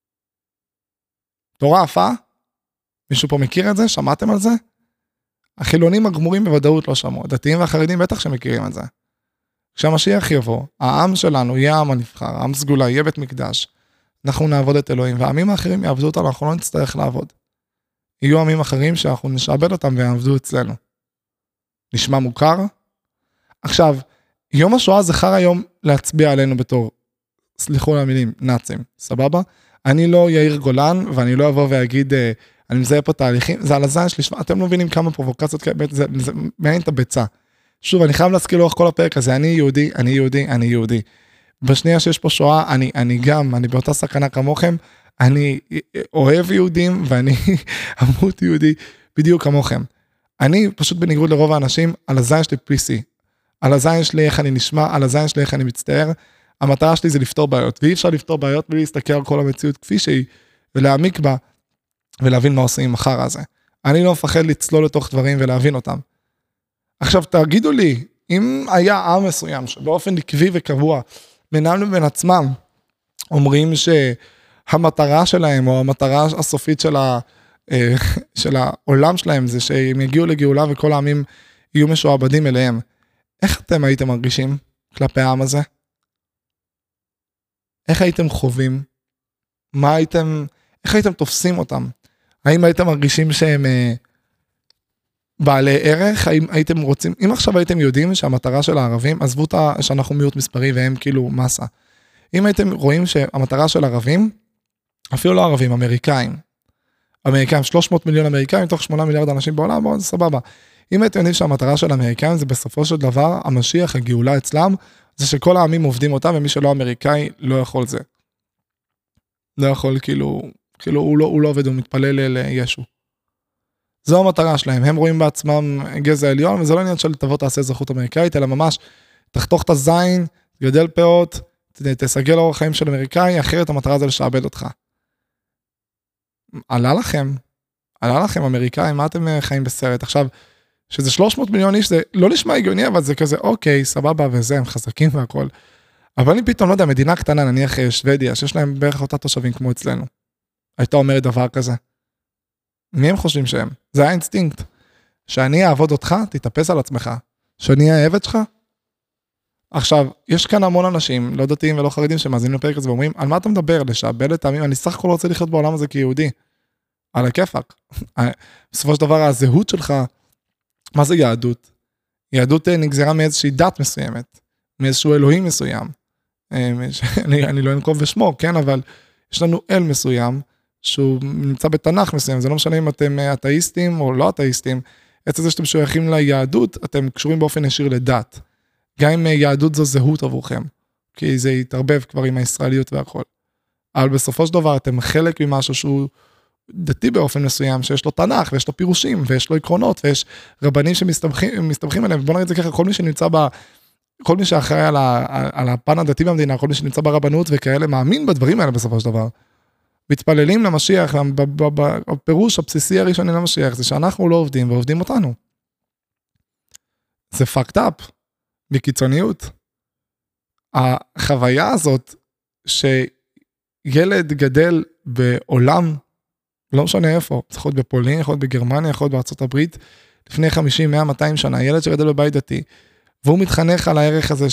תורה יפה? מישהו פה מכיר את זה? שמעתם על זה? החילונים הגמורים בוודאות לא שמעו, הדתיים והחרדים בטח שמכירים את זה. כשהמשיח יבוא, העם שלנו יהיה העם הנבחר, העם סגולה, יהיה בית מקדש, אנחנו נעבוד את אלוהים, והעמים האחרים יעבדו אותנו, אנחנו לא נצטרך לעבוד. יהיו עמים אחרים שאנחנו נשעבד אותם ויעבדו אצלנו. נשמע מוכר? עכשיו, יום השואה זכר היום להצביע עלינו בתור, סליחו על המילים, נאצים, סבבה? אני לא יאיר גולן, ואני לא אבוא ואגיד, אני מזהה פה תהליכים, זה על הזין שלי, אתם לא מבינים כמה פרובוקציות, זה מעניין את הביצה. שוב, אני חייב להזכיר לאורך כל הפרק הזה, אני יהודי, אני יהודי, אני יהודי. בשנייה שיש פה שואה, אני באותה סכנה כמוכם, אני אוהב יהודים, ואני אמות יהודי, בדיוק כמוכם. אני פשוט בניגוד לרוב האנשים, על הזין שלי PC, על הזין שלי איך אני נשמע, על הזין שלי איך אני מצטער, המטרה שלי זה לפתור בעיות, ואי אפשר לפתור בעיות בלי להסתכל על כל המציאות כפי שהיא, ולהעמיק בה, ולהבין מה עושים עם החרא הזה. אני לא מפחד לצלול לתוך דברים ולהבין אותם. עכשיו תגידו לי, אם היה עם מסוים שבאופן עקבי וקבוע, בינם לבין עצמם, אומרים שהמטרה שלהם, או המטרה הסופית של של העולם שלהם, זה שהם יגיעו לגאולה וכל העמים יהיו משועבדים אליהם. איך אתם הייתם מרגישים כלפי העם הזה? איך הייתם חווים? איך הייתם תופסים אותם? האם הייתם מרגישים שהם בעלי ערך? האם הייתם רוצים, אם עכשיו הייתם יודעים שהמטרה של הערבים, עזבו שאנחנו מיעוט מספרי והם כאילו מסה. אם הייתם רואים שהמטרה של ערבים, אפילו לא ערבים, אמריקאים, 300 מיליון אמריקאים, מתוך 8 מיליארד אנשים בעולם, בואו, זה סבבה. אם הייתם יודעים שהמטרה של האמריקאים זה בסופו של דבר, המשיח, הגאולה אצלם, זה שכל העמים עובדים אותם, ומי שלא אמריקאי לא יכול זה. לא יכול, כאילו הוא לא עובד, הוא מתפלל לישו. זו המטרה שלהם, הם רואים בעצמם גזע עליון, וזה לא עניין של תבוא תעשה אזרחות אמריקאית, אלא ממש תחתוך את הזין, גדל פאות, תסגל אורח חיים של אמריקאי, אחרת המטרה זה לשעבד אותך. עלה לכם אמריקאים, מה אתם חיים בסרט? עכשיו, שזה 300 מיליון איש, זה לא נשמע הגיוני, אבל זה כזה, אוקיי, סבבה, וזה, הם חזקים והכל. אבל אני פתאום, לא יודע, מדינה קטנה, נניח שוודיה, שיש להם בערך אותה תושבים כמו אצלנו. הייתה אומרת דבר כזה. מי הם חושבים שהם? זה האינסטינקט. שאני אעבוד אותך, תתאפס על עצמך. שאני העבד שלך? עכשיו, יש כאן המון אנשים, לא דתיים ולא חרדים, שמאזינים לפרק הזה ואומרים, על מה אתה מדבר? לשעבד את העמים? אני סך הכל רוצה לחיות בעולם הזה כיהודי. על הכיפק. בסופו של דבר, הזהות שלך, מה זה יהדות? יהדות נגזרה מאיזושהי דת מסוימת, מאיזשהו אלוהים מסוים. אני לא אנקוב בשמו, כן, אבל יש לנו אל מסוים, שהוא נמצא בתנ"ך מסוים, זה לא משנה אם אתם אתאיסטים או לא אתאיסטים, עצם זה שאתם שייכים ליהדות, אתם קשורים באופן ישיר לדת. גם אם יהדות זו זהות עבורכם, כי זה יתערבב כבר עם הישראליות והכל. אבל בסופו של דבר אתם חלק ממשהו שהוא דתי באופן מסוים, שיש לו תנ"ך ויש לו פירושים ויש לו עקרונות ויש רבנים שמסתבכים עליהם, ובוא נראה את זה ככה, כל מי שאחראי על הפן הדתי במדינה, כל מי שנמצא ברבנות וכאלה, מאמין בדברים האלה בסופו של דבר. מתפללים למשיח, הפירוש הבסיסי הראשוני למשיח, זה שאנחנו לא עובדים ועובדים אותנו. זה fucked up, בקיצוניות. החוויה הזאת, שילד גדל בעולם, לא משנה איפה, צריך להיות בפולין, יכול להיות בגרמניה, יכול להיות בארצות הברית, לפני 50, 100, 200 שנה, ילד שגדל בבית דתי, והוא מתחנך על הערך הזה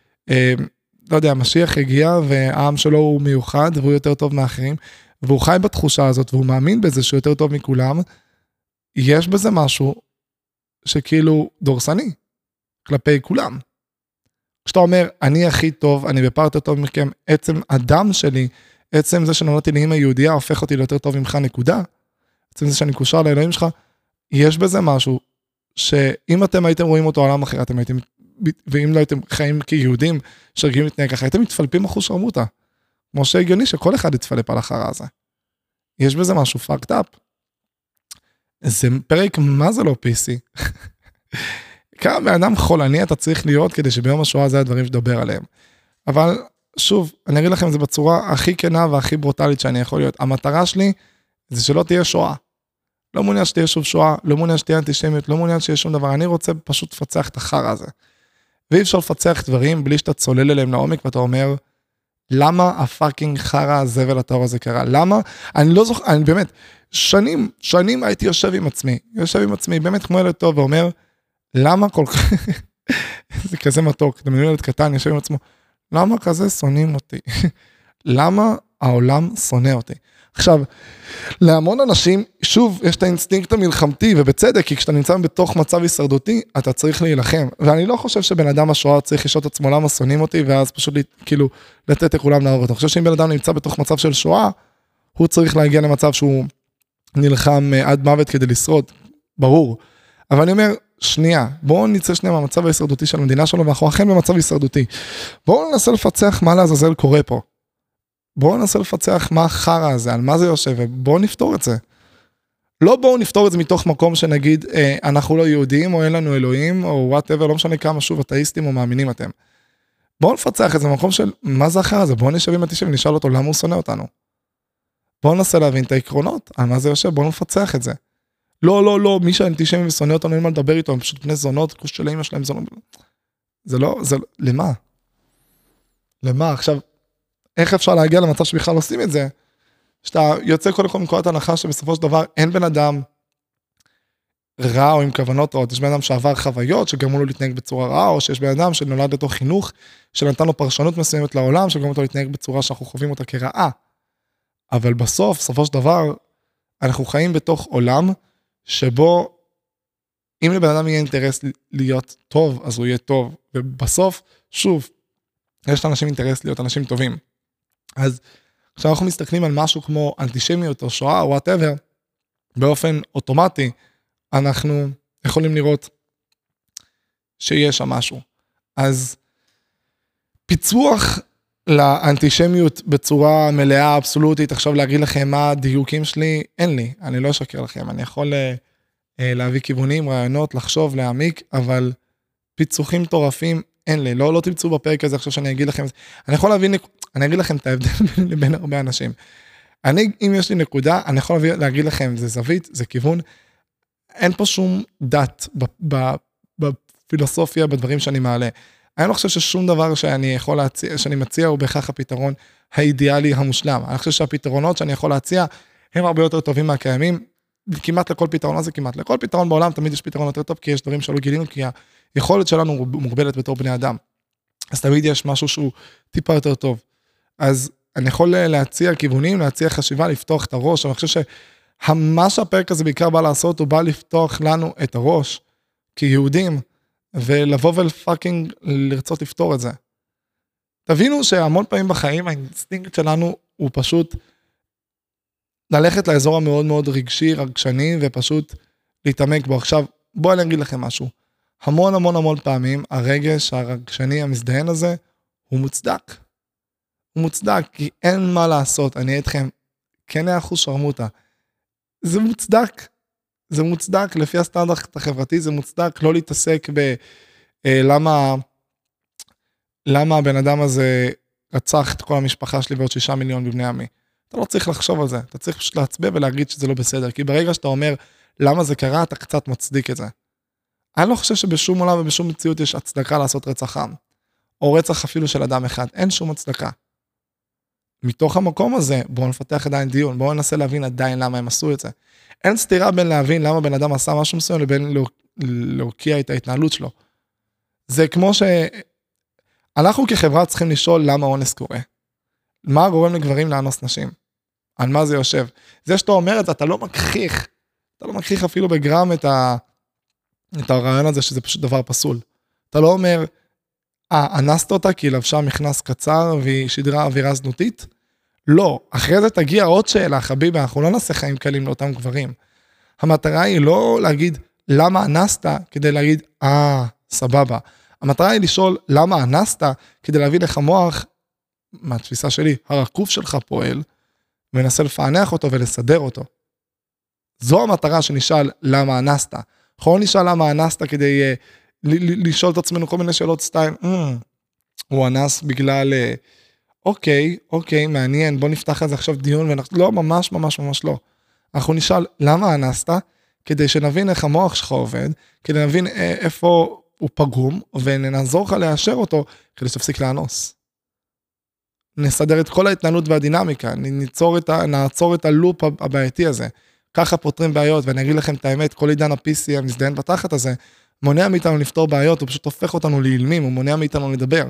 לא יודע, המשיח הגיע, והעם שלו הוא מיוחד, והוא יותר טוב מאחרים, והוא חי בתחושה הזאת, והוא מאמין בזה שהוא יותר טוב מכולם, יש בזה משהו שכאילו דורסני, כלפי כולם. כשאתה אומר, אני הכי טוב, אני בפרט יותר טוב מכם, עצם הדם שלי, עצם זה שנולדתי לאמא יהודייה, הופך אותי ליותר טוב ממך, נקודה. עצם זה שאני קושר לאלוהים שלך, יש בזה משהו, שאם אתם הייתם רואים אותו עולם אחר, אתם הייתם, ואם לא הייתם חיים כיהודים, שרגילים להתנהג ככה, הייתם מתפלפים אחוז שרמוטה. כמו שהגיוני שכל אחד יתפלפ על החרה הזה. יש בזה משהו fucked up. זה פרק, מה זה לא PC? כמה באדם חולני אתה צריך להיות, כדי שביום השואה זה הדברים שדבר עליהם. אבל שוב, אני אגיד לכם את זה בצורה הכי כנה והכי ברוטלית שאני יכול להיות. המטרה שלי זה שלא תהיה שואה. לא מעוניין שתהיה שוב שואה, לא מעוניין שתהיה אנטישמיות, לא מעוניין שיהיה שום דבר. אני רוצה פשוט לפצח את החרה הזה. ואי אפשר לפצח דברים בלי שאתה צולל אליהם לעומק, ואתה אומר, למה הפאקינג חרה הזבל הטהור הזה קרה? למה? אני לא זוכר, אני באמת, שנים הייתי יושב עם עצמי, באמת כמו ילד טוב, ואומר, למה כל כך, זה כזה מתוק, אתה מבין ילד קטן, יושב עם עצמו, למה כזה שונאים אותי? למה העולם שונא אותי? עכשיו, להמון אנשים, שוב, יש את האינסטינקט המלחמתי, ובצדק, כי כשאתה נמצא בתוך מצב הישרדותי, אתה צריך להילחם. ואני לא חושב שבן אדם השואה צריך לשאול את עצמו למה שונאים אותי, ואז פשוט כאילו לתת לכולם להרוג אותו. אני חושב שאם בן אדם נמצא בתוך מצב של שואה, הוא צריך להגיע למצב שהוא נלחם עד מוות כדי לשרוד, ברור. אבל אני אומר, שנייה, בואו נצא שנייה מהמצב הישרדותי של המדינה שלנו, ואנחנו אכן במצב הישרדותי. בואו ננסה לפצח מה לעזאזל קורה פה. בואו ננסה לפצח מה החרה הזה, על מה זה יושב, ובואו נפתור את זה. לא בואו נפתור את זה מתוך מקום שנגיד, אנחנו לא יהודים, או אין לנו אלוהים, או whatever, לא משנה כמה שוב אתאיסטים או מאמינים אתם. בואו נפצח את זה במקום של, מה זה החרה הזה? בואו נשב עם התשב ונשאל אותו למה הוא שונא אותנו. בואו ננסה להבין את העקרונות, על מה זה יושב, בואו נפצח את זה. לא, מי שהאנטישמי ושונא אותנו, אין מה לדבר איתו, הם פשוט בני זונות, כוש של אמא שלהם זונות. זה לא, למה? עכשיו, איך אפשר להגיע למצב שבכלל עושים את זה? שאתה יוצא קודם כל מנקודת הנחה שבסופו של דבר אין בן אדם רע או עם כוונות רעות, יש בן אדם שעבר חוויות שגרמו לו להתנהג בצורה רעה, או שיש בן אדם שנולד לתוך חינוך, שנתן לו פרשנות מסוימת לעולם, שגרמו אותו להתנהג בצורה שאנחנו חווים אותה כרעה. אבל בסופו של דבר, אנחנו חיים בתוך עולם, שבו, אם לבן אדם יהיה אינטרס להיות טוב, אז הוא יהיה טוב, ובסוף, שוב, יש לאנשים אינטרס להיות אנשים טובים. אז כשאנחנו מסתכלים על משהו כמו אנטישמיות או שואה או whatever, באופן אוטומטי, אנחנו יכולים לראות שיש שם משהו. אז פיצוח לאנטישמיות בצורה מלאה, אבסולוטית, עכשיו להגיד לכם מה הדיוקים שלי, אין לי, אני לא אשקר לכם, אני יכול להביא כיוונים, רעיונות, לחשוב, להעמיק, אבל פיצוחים מטורפים, אין לי, לא תמצאו בפרק הזה עכשיו שאני אגיד לכם, אני יכול להבין, אני אגיד לכם את ההבדל בין הרבה אנשים. אם יש לי נקודה, אני יכול להגיד לכם, זה זווית, זה כיוון, אין פה שום דת בפילוסופיה, בדברים שאני מעלה. אני לא חושב ששום דבר שאני יכול להציע, שאני מציע, הוא בהכרח הפתרון האידיאלי המושלם. אני חושב שהפתרונות שאני יכול להציע, הם הרבה יותר טובים מהקיימים, כמעט לכל פתרון, לא זה כמעט, לכל פתרון בעולם תמיד יש פתרון יותר טוב, כי יש דברים שלא גילינו, כי היכולת שלנו מוגבלת בתור בני אדם. אז תמיד יש משהו שהוא טיפה יותר טוב. אז אני יכול להציע כיוונים, להציע חשיבה, לפתוח את הראש, אני חושב שמה שהפרק הזה בעיקר בא לעשות, הוא בא לפתוח לנו את הראש, כיהודים, ולבוא ולפאקינג לרצות לפתור את זה. תבינו שהמון פעמים בחיים, האינסטינקט שלנו הוא פשוט ללכת לאזור המאוד מאוד רגשי, רגשני, ופשוט להתעמק בו. עכשיו, בואו אני אגיד לכם משהו. המון פעמים, הרגש הרגשני המזדהן הזה, הוא מוצדק. הוא מוצדק, כי אין מה לעשות. אני אתכם, כן האחוז שרמוטה. זה מוצדק. זה מוצדק, לפי הסטנדרט החברתי, זה מוצדק לא להתעסק למה הבן אדם הזה רצח את כל המשפחה שלי ועוד 6 מיליון בבני עמי. אתה לא צריך לחשוב על זה, אתה צריך פשוט להצביע ולהגיד שזה לא בסדר, כי ברגע שאתה אומר למה זה קרה, אתה קצת מצדיק את זה. אני לא חושב שבשום עולם ובשום מציאות יש הצדקה לעשות רצח עם, או רצח אפילו של אדם אחד, אין שום הצדקה. מתוך המקום הזה, בואו נפתח עדיין דיון, בואו ננסה להבין עדיין למה הם עשו את זה. אין סתירה בין להבין למה בן אדם עשה משהו מסוים, לבין להוקיע את ההתנהלות שלו. זה כמו אנחנו כחברה צריכים לשאול למה אונס קורה. מה גורם לגברים לאנוס נשים? על מה זה יושב? זה שאתה אומר את זה, אתה לא מכריח אפילו בגרם את הרעיון הזה שזה פשוט דבר פסול. אתה לא אומר, אנסת אותה כי היא לבשה מכנס קצר והיא שידרה אווירה זנותית? לא, אחרי זה תגיע עוד שאלה, חביבי, אנחנו לא נעשה חיים קלים לאותם גברים. המטרה היא לא להגיד למה אנסת, כדי להגיד, סבבה. המטרה היא לשאול למה אנסת, כדי להביא לך מוח, מהתפיסה שלי, הרקוף שלך פועל, וננסה לפענח אותו ולסדר אותו. זו המטרה שנשאל למה אנסת. אנחנו לא נשאל למה אנסת כדי לשאול את עצמנו כל מיני שאלות סטייל, הוא אנס בגלל, אוקיי, מעניין, בוא נפתח על זה עכשיו דיון, לא, ממש לא. אנחנו נשאל למה אנסת, כדי שנבין איך המוח שלך עובד, כדי נבין איפה הוא פגום, ונעזור לך לאשר אותו, כדי שתפסיק לאנוס. נסדר את כל ההתנהלות והדינמיקה, נעצור את הלופ הבעייתי הזה, ככה פותרים בעיות, ואני אגיד לכם את האמת, כל עידן ה-PC המזדיין בתחת הזה, מונע מאיתנו לפתור בעיות, הוא פשוט הופך אותנו לאילמים, הוא מונע מאיתנו לדבר.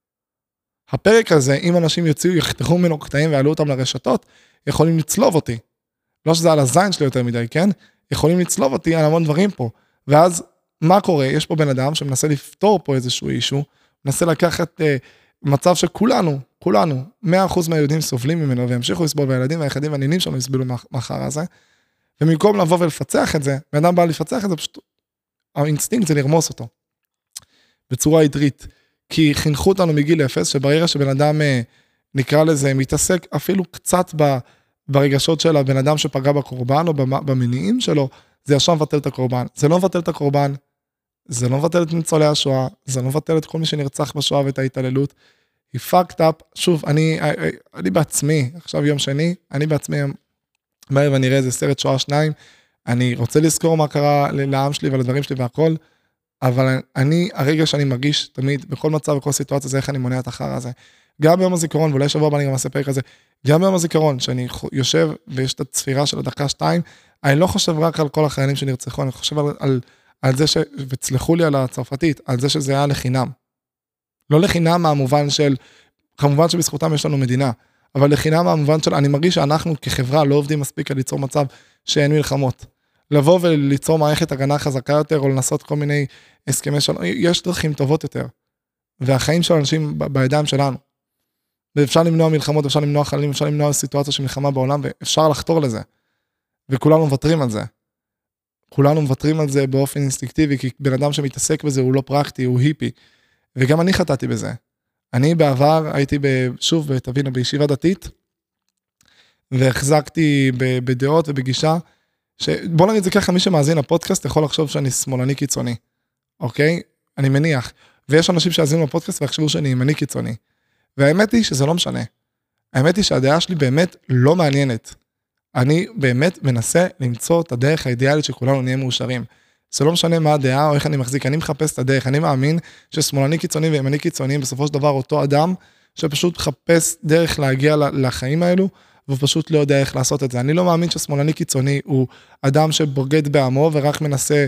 הפרק הזה, אם אנשים יוציאו, יחתכו ממנו קטעים ועלו אותם לרשתות, יכולים לצלוב אותי. לא שזה על הזין שלי יותר מדי, כן? יכולים לצלוב אותי על המון דברים פה. ואז, מה קורה? יש פה בן אדם שמנסה לפתור פה איזשהו אישו, מנסה לקחת מצב שכולנו, 100% מהיהודים סובלים ממנו, והמשיכו לסבול, והילדים והיחדים והנינים שלנו יסבלו מאחר הזה, ומקום לבוא ולפצח את זה, בן אדם בא לפצח את זה, פשוט האינסטינקט זה לרמוס אותו. בצורה עדרית. כי חינכו אותנו מגיל 0, שברגע שבן אדם נקרא לזה, מתעסק אפילו קצת ברגשות של הבן אדם שפגע בקורבן, או במניעים שלו, זה ישר מבטל את הקורבן. זה לא מבטל את הקורבן, זה לא מבטל את ניצולי השואה, זה לא מבטל את כל מי שנרצח בשואה ואת ההתעללות. היא fucked up. שוב, אני בעצמי, עכשיו יום שני, אני בעצמי, בערב אני אראה איזה סרט שואה 2, אני רוצה לזכור מה קרה לעם שלי ולדברים שלי והכל, אבל הרגע שאני מרגיש תמיד, בכל מצב, בכל סיטואציה, זה איך אני מונע את החרא הזה. גם ביום הזיכרון, ואולי שבוע הבא אני גם אעשה פרק הזה, גם ביום הזיכרון, שאני יושב ויש את הצפירה של הדקה 2, אני לא חושב רק על כל החיילים שנרצחו, אני חושב על זה וצלחו לי על הצרפתית, על זה שזה היה לחינם. לא לחינם מהמובן של, כמובן שבזכותם יש לנו מדינה, אבל לחינם מהמובן של, אני מרגיש שאנחנו כחברה לא עובדים מספיק על ליצור מצב שאין מלחמות. לבוא וליצור מערכת הגנה חזקה יותר, או לנסות כל מיני הסכמי שלום, יש דרכים טובות יותר. והחיים של אנשים בידיים שלנו. ואפשר למנוע מלחמות, אפשר למנוע חללים, אפשר למנוע סיטואציה של מלחמה בעולם, ואפשר לחתור לזה. וכולנו מוותרים על זה. כולנו מוותרים על זה באופן אינסטינקטיבי, כי בן אדם שמתעסק בזה הוא לא פרקטי, הוא היפי. וגם אני חטאתי בזה. אני בעבר הייתי שוב, תבינו, בישיבה דתית, והחזקתי בדעות ובגישה, בוא נגיד זה ככה, מי שמאזין לפודקאסט יכול לחשוב שאני שמאלני קיצוני, אוקיי? אני מניח. ויש אנשים שיאזינו לפודקאסט ויחשבו שאני ימני קיצוני. והאמת היא שזה לא משנה. האמת היא שהדעה שלי באמת לא מעניינת. אני באמת מנסה למצוא את הדרך האידיאלית שכולנו נהיה מאושרים. זה לא משנה מה הדעה או איך אני מחזיק, אני מחפש את הדרך. אני מאמין ששמאלני קיצוני וימני קיצוני, בסופו של דבר אותו אדם שפשוט מחפש דרך להגיע לחיים האלו, והוא פשוט לא יודע איך לעשות את זה. אני לא מאמין ששמאלני קיצוני הוא אדם שבוגד בעמו ורק מנסה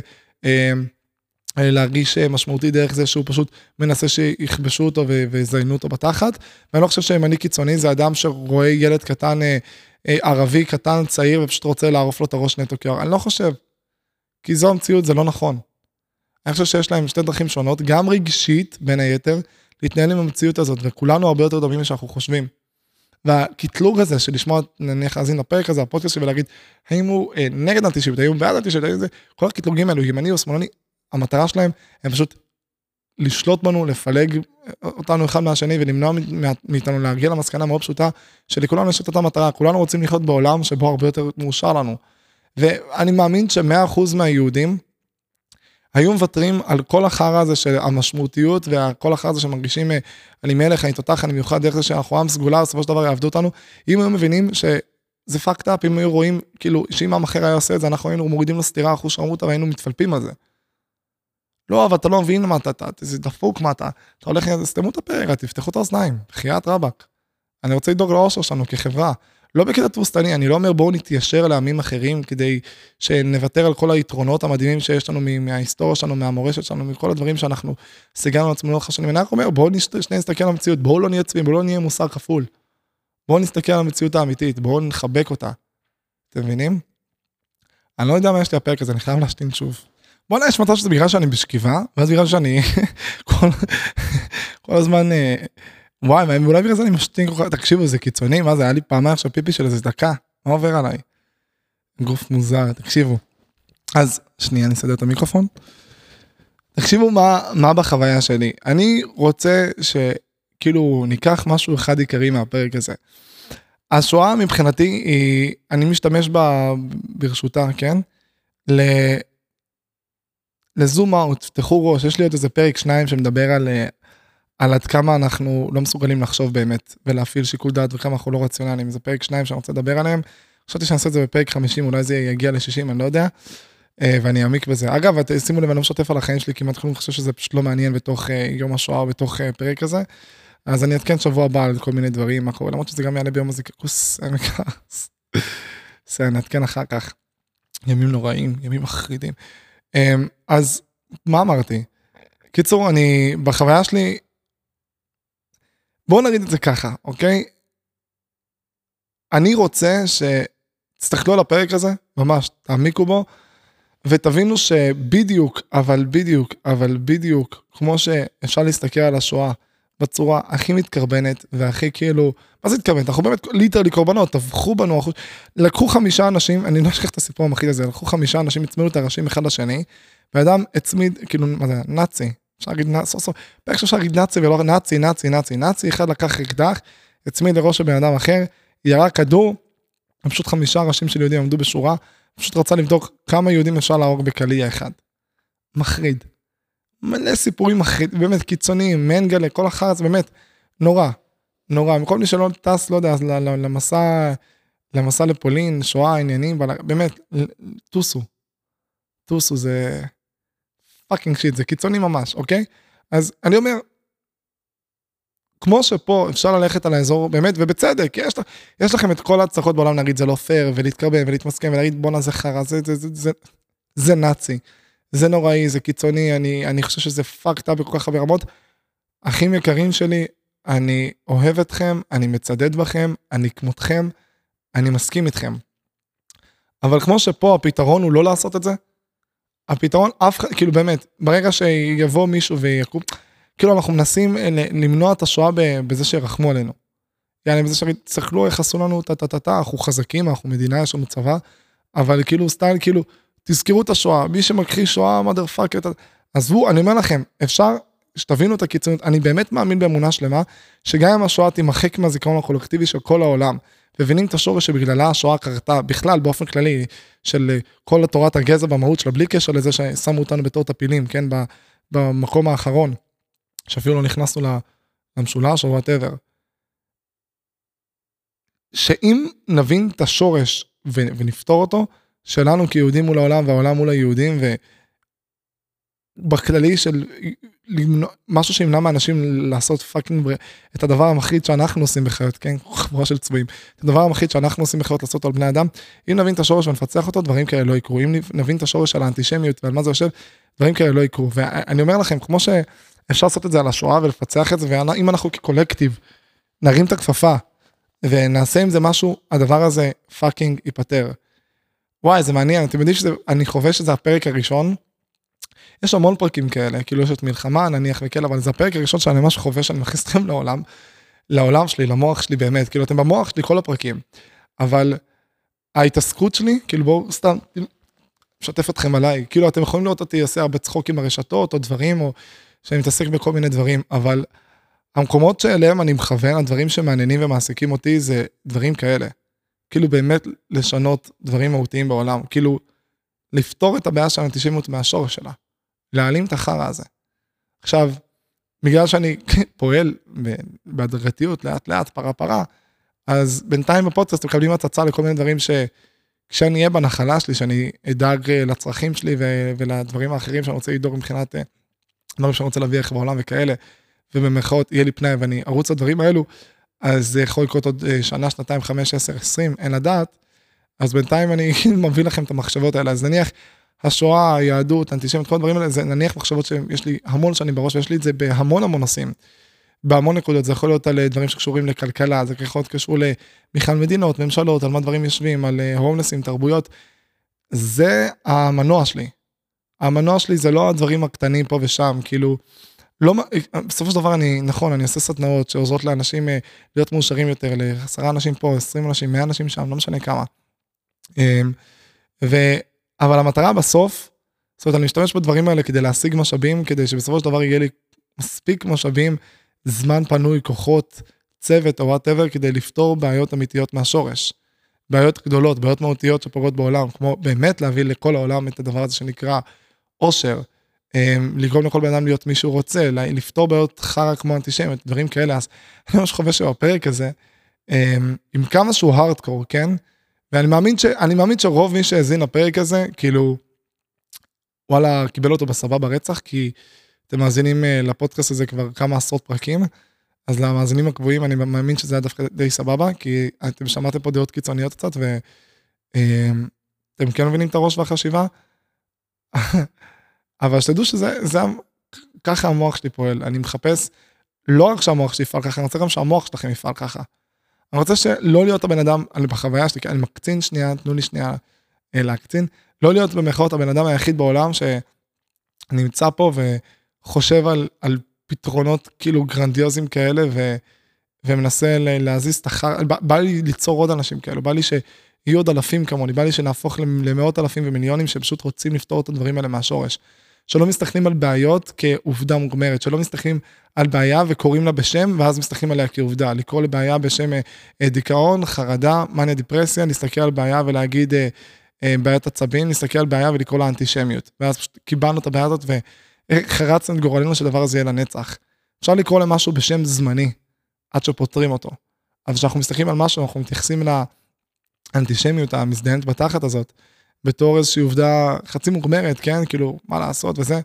להרגיש משמעותי דרך זה שהוא פשוט מנסה שיכבשו אותו וזיינו אותו בתחת. ואני לא חושב שימני קיצוני זה אדם שרואה ילד קטן, ערבי קטן, צעיר, ופשוט רוצה לערוף לו את הראש נטו קיור. אני לא חושב, כי זו המציאות, זה לא נכון. אני חושב שיש להם שתי דרכים שונות, גם רגשית, בין היתר, להתנהל עם המציאות הזאת, וכולנו הרבה יותר דומים שאנחנו חושבים. והקטלוג הזה של לשמוע, נניח להאזין לפרק הזה, הפודקאסט שלי, ולהגיד, האם הוא נגד אנטישמיות, האם הוא בעד אנטישמיות, כל הקטלוגים האלו, ימני או שמאלני, המטרה שלהם הם פשוט לשלוט בנו, לפלג אותנו אחד מהשני, ולמנוע מאיתנו להגיע למסקנה מאוד פשוטה, שלכולנו יש את אותה מטרה, כולנו רוצים לחיות בעולם שבו הרבה יותר מאושר לנו. ואני מאמין ש100% מהיהודים, היו מוותרים על כל החרא הזה של המשמעותיות, וכל החרא הזה שמרגישים, אני מלך, אני תותח, אני מיוחד, דרך זה שאנחנו עם סגולה, בסופו של דבר יעבדו אותנו, אם היו מבינים שזה פאקט אפ, אם היו רואים, כאילו, שאם עם אחר היה עושה את זה, אנחנו היינו מורידים לו סתירה, אחוז שרמותה, והיינו מתפלפים על זה. לא, אבל אתה לא מבין מה אתה, זה דפוק מה אתה הולך, סתמו את הפרק, תפתחו את האוזניים, בחיית רבק. אני רוצה לדאוג לאושר שלנו כחברה. לא בקטע תבוסתני, אני לא אומר בואו נתיישר לעמים אחרים, כדי שנוותר על כל היתרונות המדהימים שיש לנו מההיסטוריה שלנו, מהמורשת שלנו, מכל הדברים שאנחנו סגרנו לעצמנו לאורך השנים. אני אומר, בואו נסתכל על המציאות, בואו לא נהיה צבעים, בואו לא נהיה מוסר כפול. בואו נסתכל על המציאות האמיתית, בואו נחבק אותה. אתם מבינים? אני לא יודע מה יש לי הפרק הזה, אני חייב להשתין שוב. בואו יש מצב שזה בגלל שאני בשכיבה, ואז בגלל שאני כל הזמן, וואי, אולי בגלל זה אני משתין כל כך, תקשיבו, זה קיצוני, מה זה, היה לי פעמיים עכשיו פיפי של איזה דקה, מה עובר עליי? גוף מוזר, תקשיבו. אז, שנייה, אני אסדר את המיקרופון. תקשיבו מה בחוויה שלי. אני רוצה שכאילו ניקח משהו אחד עיקרי מהפרק הזה. השואה מבחינתי, אני משתמש בה ברשותה, כן? לזום אאוט, תפתחו ראש, יש לי עוד איזה פרק 2 שמדבר על עד כמה אנחנו לא מסוגלים לחשוב באמת, ולהפעיל שיקול דעת וכמה אנחנו לא רציונליים, זה פרק 2 שאני רוצה לדבר עליהם, חשבתי שאני אעשה את זה בפרק 50, אולי זה יגיע ל-60, אני לא יודע, ואני אעמיק בזה. אגב, שימו לב, אני לא משתף על החיים שלי, כמעט כלום חושב שזה פשוט לא מעניין בתוך יום השואה או בתוך פרק הזה, אז אני אתכן שבוע הבא על כל מיני דברים, מה קורה, למרות שזה גם יעלה ביום הזיכרוס, אני אתכן אחר כך, ימים נוראים, ימים מחרידים. אז מה אמרתי? קיצור, אני בחוויה שלי, בואו נגיד את זה ככה, אוקיי? אני רוצה שתסתכלו על הפרק הזה, ממש, תעמיקו בו, ותבינו שבדיוק, אבל בדיוק, כמו שאפשר להסתכל על השואה, בצורה הכי מתקרבנת, והכי כאילו, מה זה מתקרבנת? אנחנו באמת ליטרלי קורבנות, טבחו בנו, לקחו 5 אנשים, אני לא אשכח את הסיפור המחיד הזה, לקחו 5 אנשים, הצמידו את הראשים אחד לשני, ואדם הצמיד, כאילו, מה זה, נאצי, אפשר להגיד נאצי, פרק שאפשר להגיד נאצי ולא נאצי, אחד לקח אקדח, הצמיד לראש של בן אדם אחר, ירה כדור, פשוט 5 ראשים של יהודים עמדו בשורה, פשוט רצה לבדוק כמה יהודים אפשר להרוג בקליע אחד. מחריד. מלא סיפורים מחריד, באמת קיצוניים, מנגלה, כל החרץ, באמת, נורא. מכל מי שלא טס, לא יודע, למסע לפולין, שואה, עניינים, באמת, טוסו, זה פאקינג שיט, זה קיצוני ממש, אוקיי? אז אני אומר, כמו שפה אפשר ללכת על האזור, באמת, ובצדק, יש לכם את כל ההצלחות בעולם, להגיד, זה לא פייר, ולהתקרבן, ולהתמסכם, ולהגיד, בונה זה חרא, זה נאצי, זה נוראי, זה קיצוני, אני חושב שזה פאקט בכל כך הרבה רמות. אחים יקרים שלי, אני אוהב אתכם, אני מצדד בכם, אני כמותכם, אני מסכים איתכם. אבל כמו שפה הפתרון הוא לא לעשות את זה, הפתרון כאילו באמת, ברגע שיבוא מישהו ויקום, כאילו אנחנו מנסים למנוע את השואה בזה שירחמו עלינו. יעני, בזה שצריכלו, יחסו לנו, אנחנו חזקים, אנחנו מדינה, יש לנו צבא, אבל כאילו סטייל, כאילו, תזכרו את השואה, מי שמכחיש שואה, motherfucker, עזבו, אני אומר לכם, אפשר שתבינו את הקיצוניות, אני באמת מאמין באמונה שלמה, שגם אם השואה תימחק מהזיכרון הקולקטיבי של כל העולם, מבינים את השורש שבגללה השואה קרתה, בכלל, באופן כללי, של כל תורת הגזע במהות שלה, בלי קשר לזה ששמו אותנו בתור טפילים, כן, במקום האחרון, שאפילו לא נכנסנו למשולש או whatever. שאם נבין את השורש ונפתור אותו, שלנו כיהודים מול העולם והעולם מול היהודים, ובכללי של משהו שימנע מאנשים לעשות פאקינג את הדבר המחריד שאנחנו עושים בחיות, כן? חבורה של צבועים. את הדבר המחריד שאנחנו עושים בחיות לעשות על בני אדם, אם נבין את השורש ונפצח אותו, דברים כאלה לא יקרו. אם נבין את השורש על האנטישמיות ועל מה זה יושב, דברים כאלה לא יקרו. ואני אומר לכם, כמו שאפשר לעשות את זה על השואה ולפצח את זה, ואם אנחנו כקולקטיב נרים את הכפפה, ונעשה עם זה משהו, הדבר הזה פאקינג ייפטר. וואי, זה מעניין, אתם יודעים אני חווה שזה הפרק הראשון, יש המון פרקים כאלה, כאילו יש את מלחמה, נניח וכאלה, אבל זה הפרק הראשון שאני ממש חווה שאני מכניס אתכם לעולם שלי, למוח שלי באמת, כאילו אתם במוח שלי כל הפרקים, אבל ההתעסקות שלי, כאילו בואו סתם, משתף אתכם עליי, כאילו אתם יכולים לראות אותי עושה הרבה צחוק עם הרשתות או דברים, או שאני מתעסק בכל מיני דברים, אבל המקומות שאליהם אני מכוון, הדברים שמעניינים ומעסיקים אותי, זה דברים כאלה. כאילו באמת לשנות דברים מהותיים בעולם, כאילו לפתור את הבעיה של האנטישמיות מהשורש שלה, להעלים את החרא הזה. עכשיו, בגלל שאני פועל בהדרגתיות, לאט לאט, פרה, אז בינתיים בפודקאסט מקבלים הצצה לכל מיני דברים שכשאני אהיה בנחלה שלי, שאני אדאג לצרכים שלי ולדברים האחרים שאני רוצה לדאוג מבחינת דברים שאני רוצה להביא איך בעולם וכאלה, ובמחאות יהיה לי פנאי ואני ארוץ לדברים האלו, אז זה יכול לקרות עוד שנה, שנתיים, 5, 10, 20, אין לדעת, אז בינתיים אני מביא לכם את המחשבות האלה, אז נניח השואה, היהדות, האנטישמיות, כל הדברים האלה, זה נניח מחשבות שיש לי המון שנים בראש, ויש לי את זה בהמון נושאים, בהמון נקודות, זה יכול להיות על דברים שקשורים לכלכלה, זה יכול להיות קשור למכלל מדינות, ממשלות, על מה דברים יושבים, על הומלסים, תרבויות, זה המנוע שלי. המנוע שלי זה לא הדברים הקטנים פה ושם, כאילו, לא, בסופו של דבר אני עושה סדנאות שעוזרות לאנשים להיות מאושרים יותר, ל10 אנשים פה, 20 אנשים, 100 אנשים שם, לא משנה כמה. אבל המטרה בסוף, זאת אומרת, אני משתמש בדברים האלה כדי להשיג משאבים, כדי שבסופו של דבר יהיה לי מספיק משאבים, זמן פנוי, כוחות, צוות או whatever, כדי לפתור בעיות אמיתיות מהשורש. בעיות גדולות, בעיות מהותיות שפוגעות בעולם, כמו באמת להביא לכל העולם את הדבר הזה שנקרא אושר, לגרום לכל בן אדם להיות מי שהוא רוצה, לפתור בעיות חרא כמו אנטישמיות, דברים כאלה, אז אני ממש חווה שבפרק הזה, עם כמה שהוא הארדקור, כן? ואני מאמין שרוב מי שהזין לפרק הזה, כאילו, וואלה, קיבל אותו בסבבה רצח, כי אתם מאזינים לפודקאסט הזה כבר כמה עשרות פרקים, אז למאזינים הקבועים אני מאמין שזה היה דווקא די סבבה, כי אתם שמעתם פה דעות קיצוניות קצת, ואתם כן מבינים את הראש והחשיבה, אבל שתדעו שזה ככה המוח שלי פועל, אני מחפש לא רק שהמוח שלי יפעל ככה, אני רוצה גם שהמוח שלכם יפעל ככה. אני רוצה שלא להיות הבן אדם, בחוויה שלי, כי אני מקצין שנייה, תנו לי שנייה להקצין, לא להיות במחאות הבן אדם היחיד בעולם שנמצא פה וחושב על פתרונות כאילו גרנדיוזיים כאלה, ומנסה להזיז את החר, בא לי ליצור עוד אנשים כאלו, בא לי שיהיו עוד אלפים כמוני, בא לי שנהפוך למאות אלפים ומיליונים שפשוט רוצים לפתור את הדברים האלה מהשורש. שלא מסתכלים על בעיות כעובדה מוגמרת, שלא מסתכלים על בעיה וקוראים לה בשם, ואז מסתכלים עליה כעובדה. לקרוא לבעיה בשם דיכאון, חרדה, מניה דיפרסיה, להסתכל על בעיה ולהגיד בעיית עצבים, להסתכל על בעיה ולקרוא לה אנטישמיות. ואז פשוט קיבלנו את הבעיה הזאת וחרצנו את גורלנו שדבר הזה יהיה לנצח. אפשר לקרוא למשהו בשם זמני, עד שפותרים אותו. אבל כשאנחנו מסתכלים על משהו, אנחנו מתייחסים לאנטישמיות המזדיינת בתחת הזאת, בתור איזושהי עובדה חצי מוגמרת, כן? כאילו, מה לעשות וזה,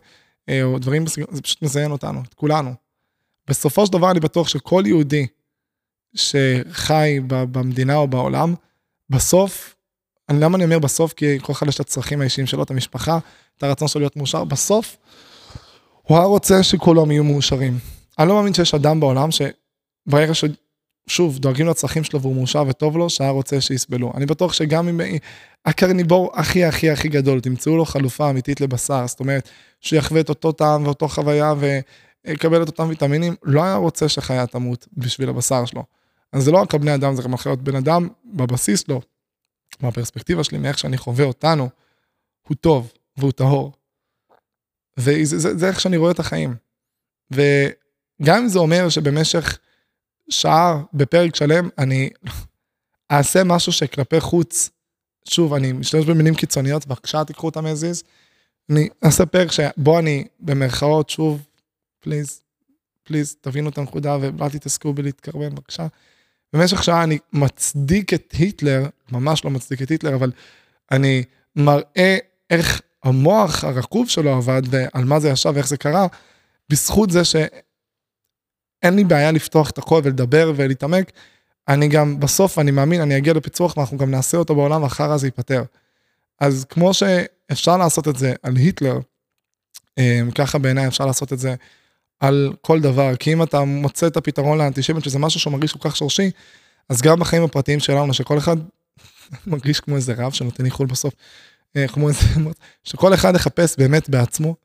או דברים בסגנון, זה פשוט מזיין אותנו, את כולנו. בסופו של דבר אני בטוח שכל יהודי שחי במדינה או בעולם, בסוף, למה אני אומר בסוף? כי כל אחד יש את הצרכים האישיים שלו, את המשפחה, את הרצון שלו להיות מאושר, בסוף הוא רוצה שכולם יהיו מאושרים. אני לא מאמין שיש אדם בעולם שברגע שוב דואגים לצרכים שלו והוא מאושר וטוב לו, שהיה רוצה שיסבלו. אני בטוח שגם אם הקרניבור הכי הכי הכי גדול, תמצאו לו חלופה אמיתית לבשר, זאת אומרת, שהוא יחווה את אותו טעם ואותו חוויה ויקבל את אותם ויטמינים, לא היה רוצה שחיה תמות בשביל הבשר שלו. אז זה לא רק בני אדם, זה גם אחרת בן אדם בבסיס לו, מהפרספקטיבה שלי, מאיך שאני חווה אותנו, הוא טוב והוא טהור. וזה איך שאני רואה את החיים. וגם אם זה אומר שבמשך שעה בפרק שלם, אני אעשה משהו שכלפי חוץ, שוב, אני משתמש במינים קיצוניות, בבקשה תיקחו אותם הזיז, אני אעשה פרק שבו אני במרכאות, שוב, פליז, תבינו את הנקודה, ואל תתעסקו בלהתקרבן, בבקשה. במשך שעה אני מצדיק את היטלר, ממש לא מצדיק את היטלר, אבל אני מראה איך המוח הרקוב שלו עבד, ועל מה זה ישב ואיך זה קרה, בזכות זה שאין לי בעיה לפתוח את הכל ולדבר ולהתעמק, אני גם בסוף, אני מאמין, אני אגיע לפיצוח, ואנחנו גם נעשה אותו בעולם, ואחר אז ייפטר. אז כמו שאפשר לעשות את זה על היטלר, ככה בעיניי אפשר לעשות את זה על כל דבר, כי אם אתה מוצא את הפתרון לאנטישמיות, שזה משהו שהוא מרגיש כל כך שורשי, אז גם בחיים הפרטיים שלנו, שכל אחד מרגיש כמו איזה רב שנותן איחול בסוף, כמו איזה, שכל אחד יחפש באמת בעצמו.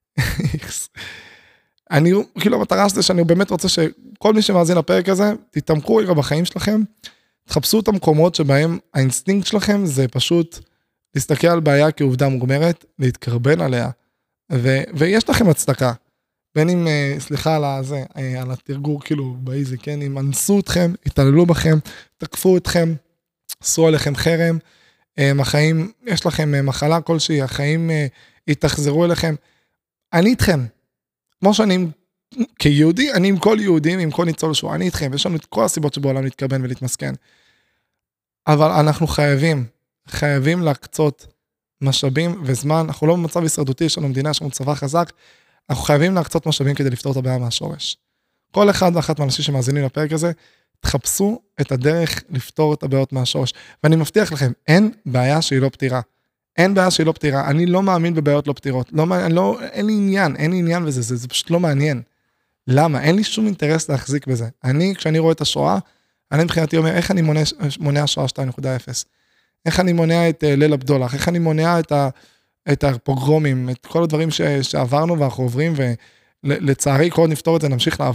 אני, כאילו, המטרה שלי שאני באמת רוצה שכל מי שמאזין לפרק הזה, תתעמקו רגע בחיים שלכם, תחפשו את המקומות שבהם האינסטינקט שלכם זה פשוט להסתכל על בעיה כעובדה מוגמרת, להתקרבן עליה, ויש לכם הצדקה. בין אם, סליחה על התרגור, כאילו, באיזי, כן, אם אנסו אתכם, התעללו בכם, תקפו אתכם, עשו עליכם חרם, החיים, יש לכם מחלה כלשהי, החיים יתחזרו אליכם, אני איתכם, כמו שאני, כיהודי, אני עם כל יהודים, עם כל ניצול שואה, אני איתכם, יש לנו את כל הסיבות שבעולם להתקרבן ולהתמסכן, אבל אנחנו חייבים להקצות משאבים וזמן, אנחנו לא במצב הישרדותי, יש לנו מדינה, יש לנו צבא חזק, אנחנו חייבים להקצות משאבים כדי לפתור את הבעיה מהשורש. כל אחד ואחת מהאנשים שמאזינים לפרק הזה, תחפשו את הדרך לפתור את הבעיות מהשורש. ואני מבטיח לכם, אין בעיה שהיא לא פתירה. אין בעיה שהיא לא פתירה. אני לא מאמין בבעיות לא פתירות. אין לי עניין בזה, זה פשוט לא מעניין. למה? אין לי שום אינטרס להחזיק בזה. כשאני רואה את השואה, אני מבחינתי אומר, איך אני מונע שואה 2.0? איך אני מונע את ליל הבדולח? איך אני מונע את הפוגרומים, את כל הדברים שעברנו ואנחנו עוברים, ולצערי כל עוד נפתור את זה,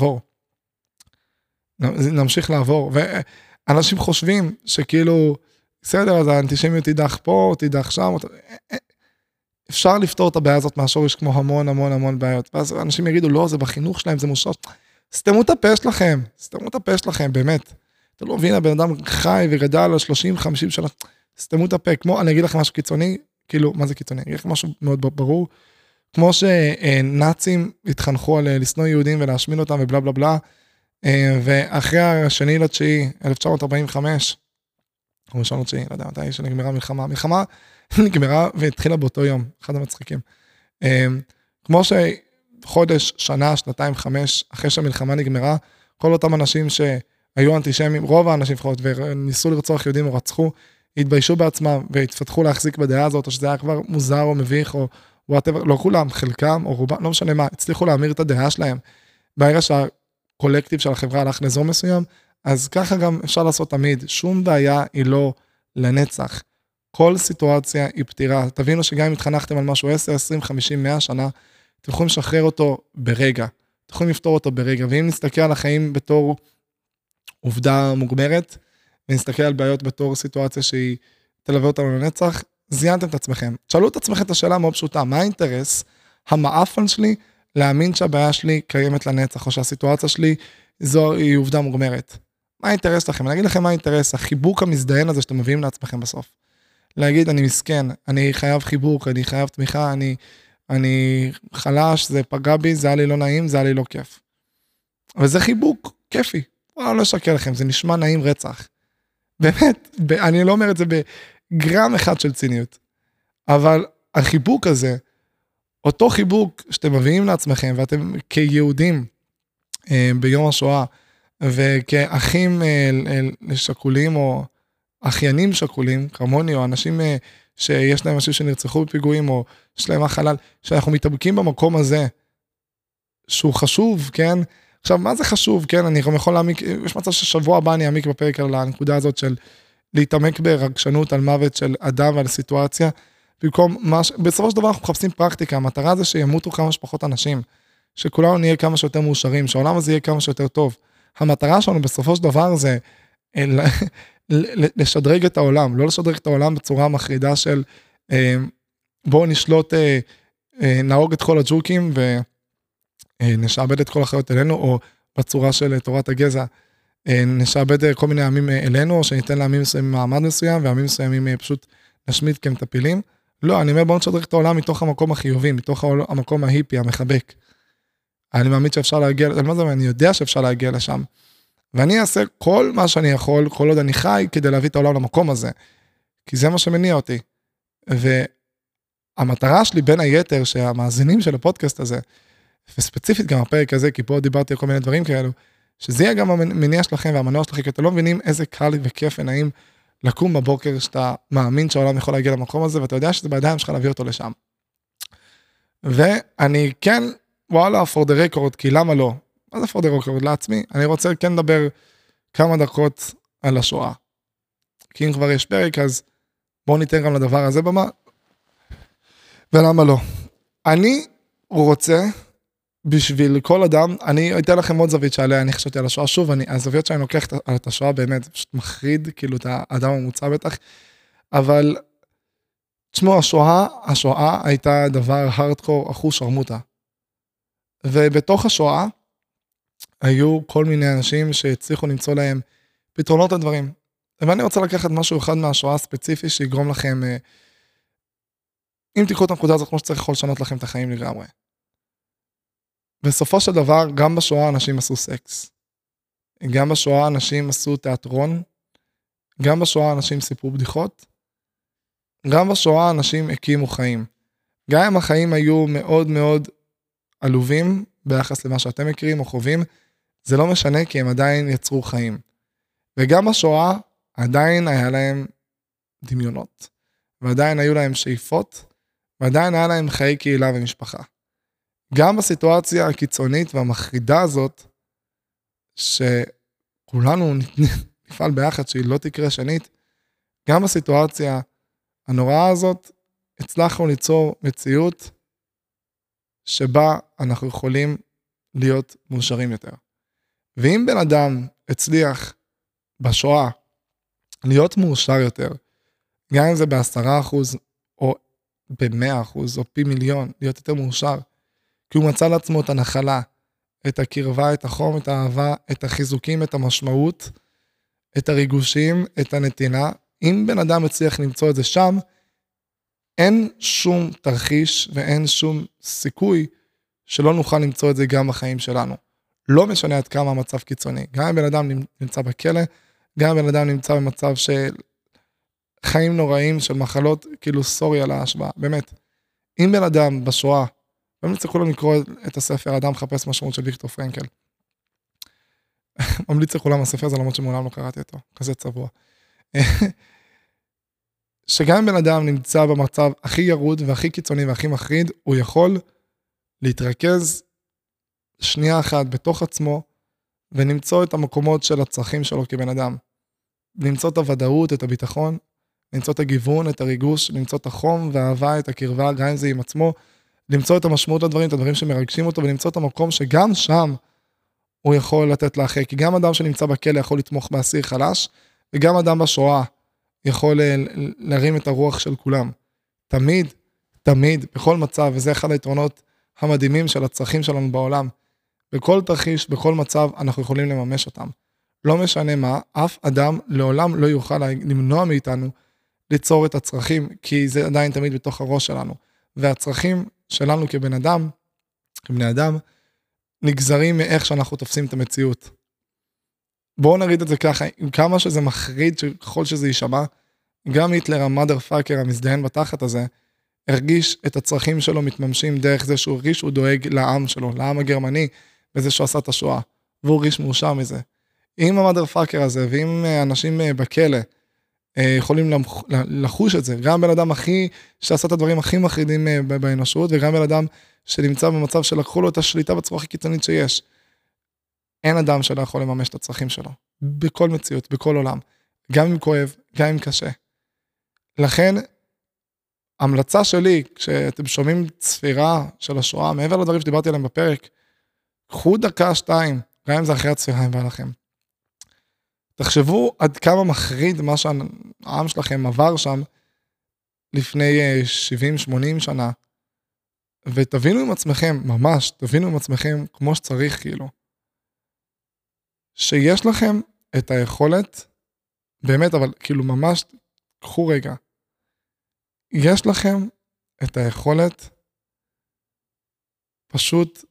נמשיך לעבור, ואנשים חושבים שכאילו, בסדר, אז האנטישמיות תידח פה, תידח שם, אפשר לפתור את הבעיה הזאת מהשורש כמו המון בעיות, ואז אנשים יגידו, לא, זה בחינוך שלהם, זה מושרש, סתמו את הפה שלכם, באמת, אתה לא מבין, הבן אדם חי וגדל על 30-50 שנה, סתמו את הפה, כמו, אני אגיד לכם משהו קיצוני, כאילו, מה זה קיצוני? אני אגיד לכם משהו מאוד ברור, כמו שנאצים התחנכו על לשנוא יהודים ולהשמין אותם ובלה בלה בלה, ואחרי השני לתשיעי, 1945, או ראשון לתשיעי, לא יודע מתי שנגמרה המלחמה נגמרה והתחילה באותו יום, אחד המצחיקים. כמו שחודש, שנה, שנתיים, 5, אחרי שהמלחמה נגמרה, כל אותם אנשים שהיו אנטישמים, רוב האנשים לפחות, וניסו לרצוח יהודים או רצחו, התביישו בעצמם והתפתחו להחזיק בדעה הזאת, או שזה היה כבר מוזר או מביך, או whatever, לא כולם, חלקם או רובם, לא משנה מה, הצליחו להמיר את הדעה שלהם, ברגע שהקולקטיב של החברה הלך לאזור מסוים, אז ככה גם אפשר לעשות תמיד, שום בעיה היא לא לנצח, כל סיטואציה היא פתירה, תבינו שגם אם התחנכתם על משהו 10, 20, 50, 100 שנה, אתם יכולים לשחרר אותו ברגע, אתם יכולים לפתור אותו ברגע, ואם נסתכל על החיים בתור עובדה מוגמרת, ונסתכל על בעיות בתור סיטואציה שהיא תלווה אותנו לנצח, זיינתם את עצמכם. תשאלו את עצמכם את השאלה מאוד פשוטה, מה האינטרס המאפן שלי להאמין שהבעיה שלי קיימת לנצח, או שהסיטואציה שלי זו היא עובדה מוגמרת? מה האינטרס לכם? אני אגיד לכם מה האינטרס, החיבוק המזדיין הזה שאתם מביאים לעצמכם בסוף. להגיד, אני מסכן, אני חייב חיבוק, אני חייב תמיכה, אני חלש, זה פגע בי, זה היה לי לא נעים, זה היה לי לא כיף. וזה חיבוק כיפי. לא אשקר לכם, זה נשמע נעים רצח. באמת, אני לא אומר את זה בגרם אחד של ציניות, אבל החיבוק הזה אותו חיבוק שאתם מביאים לעצמכם, ואתם כיהודים ביום השואה, וכאחים שכולים, או אחיינים שכולים, כמוני, או אנשים שיש להם אנשים שנרצחו בפיגועים, או יש להם החלל, שאנחנו מתאבקים במקום הזה, שהוא חשוב, כן? עכשיו, מה זה חשוב, כן? אני גם יכול להעמיק, יש מצב ששבוע הבא אני אעמיק בפרק על הנקודה הזאת של להתעמק ברגשנות על מוות של אדם ועל סיטואציה, במקום, בסופו של דבר אנחנו מחפשים פרקטיקה, המטרה זה שימותו כמה שפחות אנשים, שכולנו נהיה כמה שיותר מאושרים, שהעולם הזה יהיה כמה שיותר טוב. המטרה שלנו בסופו של דבר זה לשדרג את העולם, לא לשדרג את העולם בצורה מחרידה של בואו נשלוט, נהוג את כל הג'וקים ונשעבד את כל החיות אלינו, או בצורה של תורת הגזע, נשעבד כל מיני עמים אלינו, או שניתן לעמים מסוימים מעמד מסוים, ועמים מסוימים פשוט נשמיד כמטפילים. לא, אני אומר בואו נשדרג את העולם מתוך המקום החיובי, מתוך המקום ההיפי, המחבק. אני מאמין שאפשר להגיע, אני יודע שאפשר להגיע לשם. ואני אעשה כל מה שאני יכול, כל עוד אני חי, כדי להביא את העולם למקום הזה. כי זה מה שמניע אותי. והמטרה שלי בין היתר, שהמאזינים של הפודקאסט הזה, וספציפית גם הפרק הזה, כי פה דיברתי על כל מיני דברים כאלו, שזה יהיה גם המניע שלכם והמנוע שלכם, כי אתם לא מבינים איזה קל וכיף ונעים לקום בבוקר, שאתה מאמין שהעולם יכול להגיע למקום הזה, ואתה יודע שזה בידיים שלך להביא אותו לשם. ואני כן, וואלה, for the record, כי למה לא? מה זה for the record? לעצמי, אני רוצה כן לדבר כמה דקות על השואה. כי אם כבר יש פרק, אז בואו ניתן גם לדבר הזה במה. ולמה לא? אני רוצה, בשביל כל אדם, אני אתן לכם עוד זווית שעליה אני חשבתי על השואה. שוב, הזוויות שאני לוקח את השואה באמת, זה פשוט מחריד, כאילו את האדם הממוצע בטח, אבל תשמעו, השואה הייתה דבר הארדקור, אחוז שרמוטה. ובתוך השואה, היו כל מיני אנשים שהצליחו למצוא להם פתרונות לדברים. ואני רוצה לקחת משהו אחד מהשואה הספציפי, שיגרום לכם, אם תיקחו את הנקודה הזאת, כמו שצריך יכול לשנות לכם את החיים לגמרי. בסופו של דבר, גם בשואה אנשים עשו סקס. גם בשואה אנשים עשו תיאטרון. גם בשואה אנשים סיפרו בדיחות. גם בשואה אנשים הקימו חיים. גם אם החיים היו מאוד מאוד עלובים, ביחס למה שאתם מכירים או חווים, זה לא משנה כי הם עדיין יצרו חיים. וגם בשואה עדיין היה להם דמיונות. ועדיין היו להם שאיפות, ועדיין היה להם חיי קהילה ומשפחה. גם בסיטואציה הקיצונית והמחרידה הזאת, שכולנו נפעל ביחד שהיא לא תקרה שנית, גם בסיטואציה הנוראה הזאת, הצלחנו ליצור מציאות שבה אנחנו יכולים להיות מאושרים יותר. ואם בן אדם הצליח בשואה להיות מאושר יותר, גם אם זה ב10% או ב100% או פי מיליון, להיות יותר מאושר, כי הוא מצא לעצמו את הנחלה, את הקרבה, את החום, את האהבה, את החיזוקים, את המשמעות, את הריגושים, את הנתינה. אם בן אדם הצליח למצוא את זה שם, אין שום תרחיש ואין שום סיכוי שלא נוכל למצוא את זה גם בחיים שלנו. לא משנה עד כמה המצב קיצוני. גם אם בן אדם נמצא בכלא, גם אם בן אדם נמצא במצב של חיים נוראים, של מחלות, כאילו סורי על ההשוואה, באמת. אם בן אדם בשואה, ממליץ לכולם לקרוא את הספר, אדם מחפש משמעות של ויקטור פרנקל. ממליץ לכולם הספר הזה, למרות שמעולם לא קראתי אותו, כזה צבוע. שגם בן אדם נמצא במצב הכי ירוד והכי קיצוני והכי מחריד, הוא יכול להתרכז שנייה אחת בתוך עצמו, ולמצוא את המקומות של הצרכים שלו כבן אדם. למצוא את הוודאות, את הביטחון, למצוא את הגיוון, את הריגוש, למצוא את החום והאהבה, את הקרבה, גם אם זה עם עצמו, למצוא את המשמעות לדברים, את הדברים שמרגשים אותו, ולמצוא את המקום שגם שם הוא יכול לתת לאחר. כי גם אדם שנמצא בכלא יכול לתמוך באסיר חלש, וגם אדם בשואה יכול להרים את הרוח של כולם. תמיד, תמיד, בכל מצב, וזה אחד היתרונות המדהימים של הצרכים שלנו בעולם. בכל תרחיש, בכל מצב, אנחנו יכולים לממש אותם. לא משנה מה, אף אדם לעולם לא יוכל למנוע מאיתנו ליצור את הצרכים, כי זה עדיין תמיד בתוך הראש שלנו. והצרכים שלנו כבן אדם, כבני אדם, נגזרים מאיך שאנחנו תופסים את המציאות. בואו נריד את זה ככה, עם כמה שזה מחריד, ככל שזה יישמע, גם היטלר המאדר פאקר המזדהן בתחת הזה, הרגיש את הצרכים שלו מתממשים דרך זה שהוא הרגיש שהוא דואג לעם שלו, לעם הגרמני, בזה שהוא עשה את השואה, והוא הרגיש מאושר מזה. אם המאדר פאקר הזה, ואם אנשים בכלא, יכולים לחוש את זה, גם בן אדם שעשה את הדברים הכי מחרידים באנושות, וגם בן אדם שנמצא במצב שלקחו לו את השליטה בצורה הכי קיצונית שיש. אין אדם שלא יכול לממש את הצרכים שלו, בכל מציאות, בכל עולם, גם אם כואב, גם אם קשה. לכן, המלצה שלי, כשאתם שומעים צפירה של השואה, מעבר לדברים שדיברתי עליהם בפרק, קחו דקה, 2, גם אם זה אחרי הצפירה, אם בא לכם. תחשבו עד כמה מחריד מה שהעם שלכם עבר שם, לפני 70-80 שנה, ותבינו עם עצמכם, ממש, תבינו עם עצמכם כמו שצריך, כאילו, שיש לכם את היכולת, באמת, אבל כאילו ממש, קחו רגע, יש לכם את היכולת, פשוט,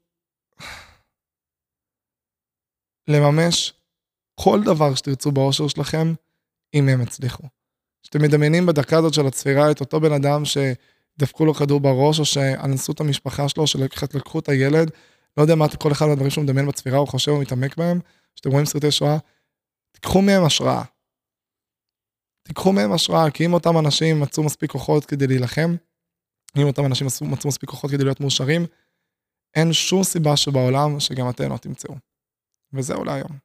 לממש כל דבר שתרצו באושר שלכם, אם הם הצליחו. שאתם מדמיינים בדקה הזאת של הצפירה את אותו בן אדם שדפקו לו כדור בראש, או שאנסו את המשפחה שלו, שלקחו את הילד, לא יודע מה כל אחד מהדברים שהוא מדמיין בצפירה, הוא חושב ומתעמק בהם, שאתם רואים סרטי שואה, תיקחו מהם השראה. תיקחו מהם השראה, כי אם אותם אנשים מצאו מספיק כוחות כדי להילחם, אם אותם אנשים מצאו מספיק כוחות כדי להיות מאושרים, אין שום סיבה שבעולם שגם אתם לא תמצאו. וזהו להיום.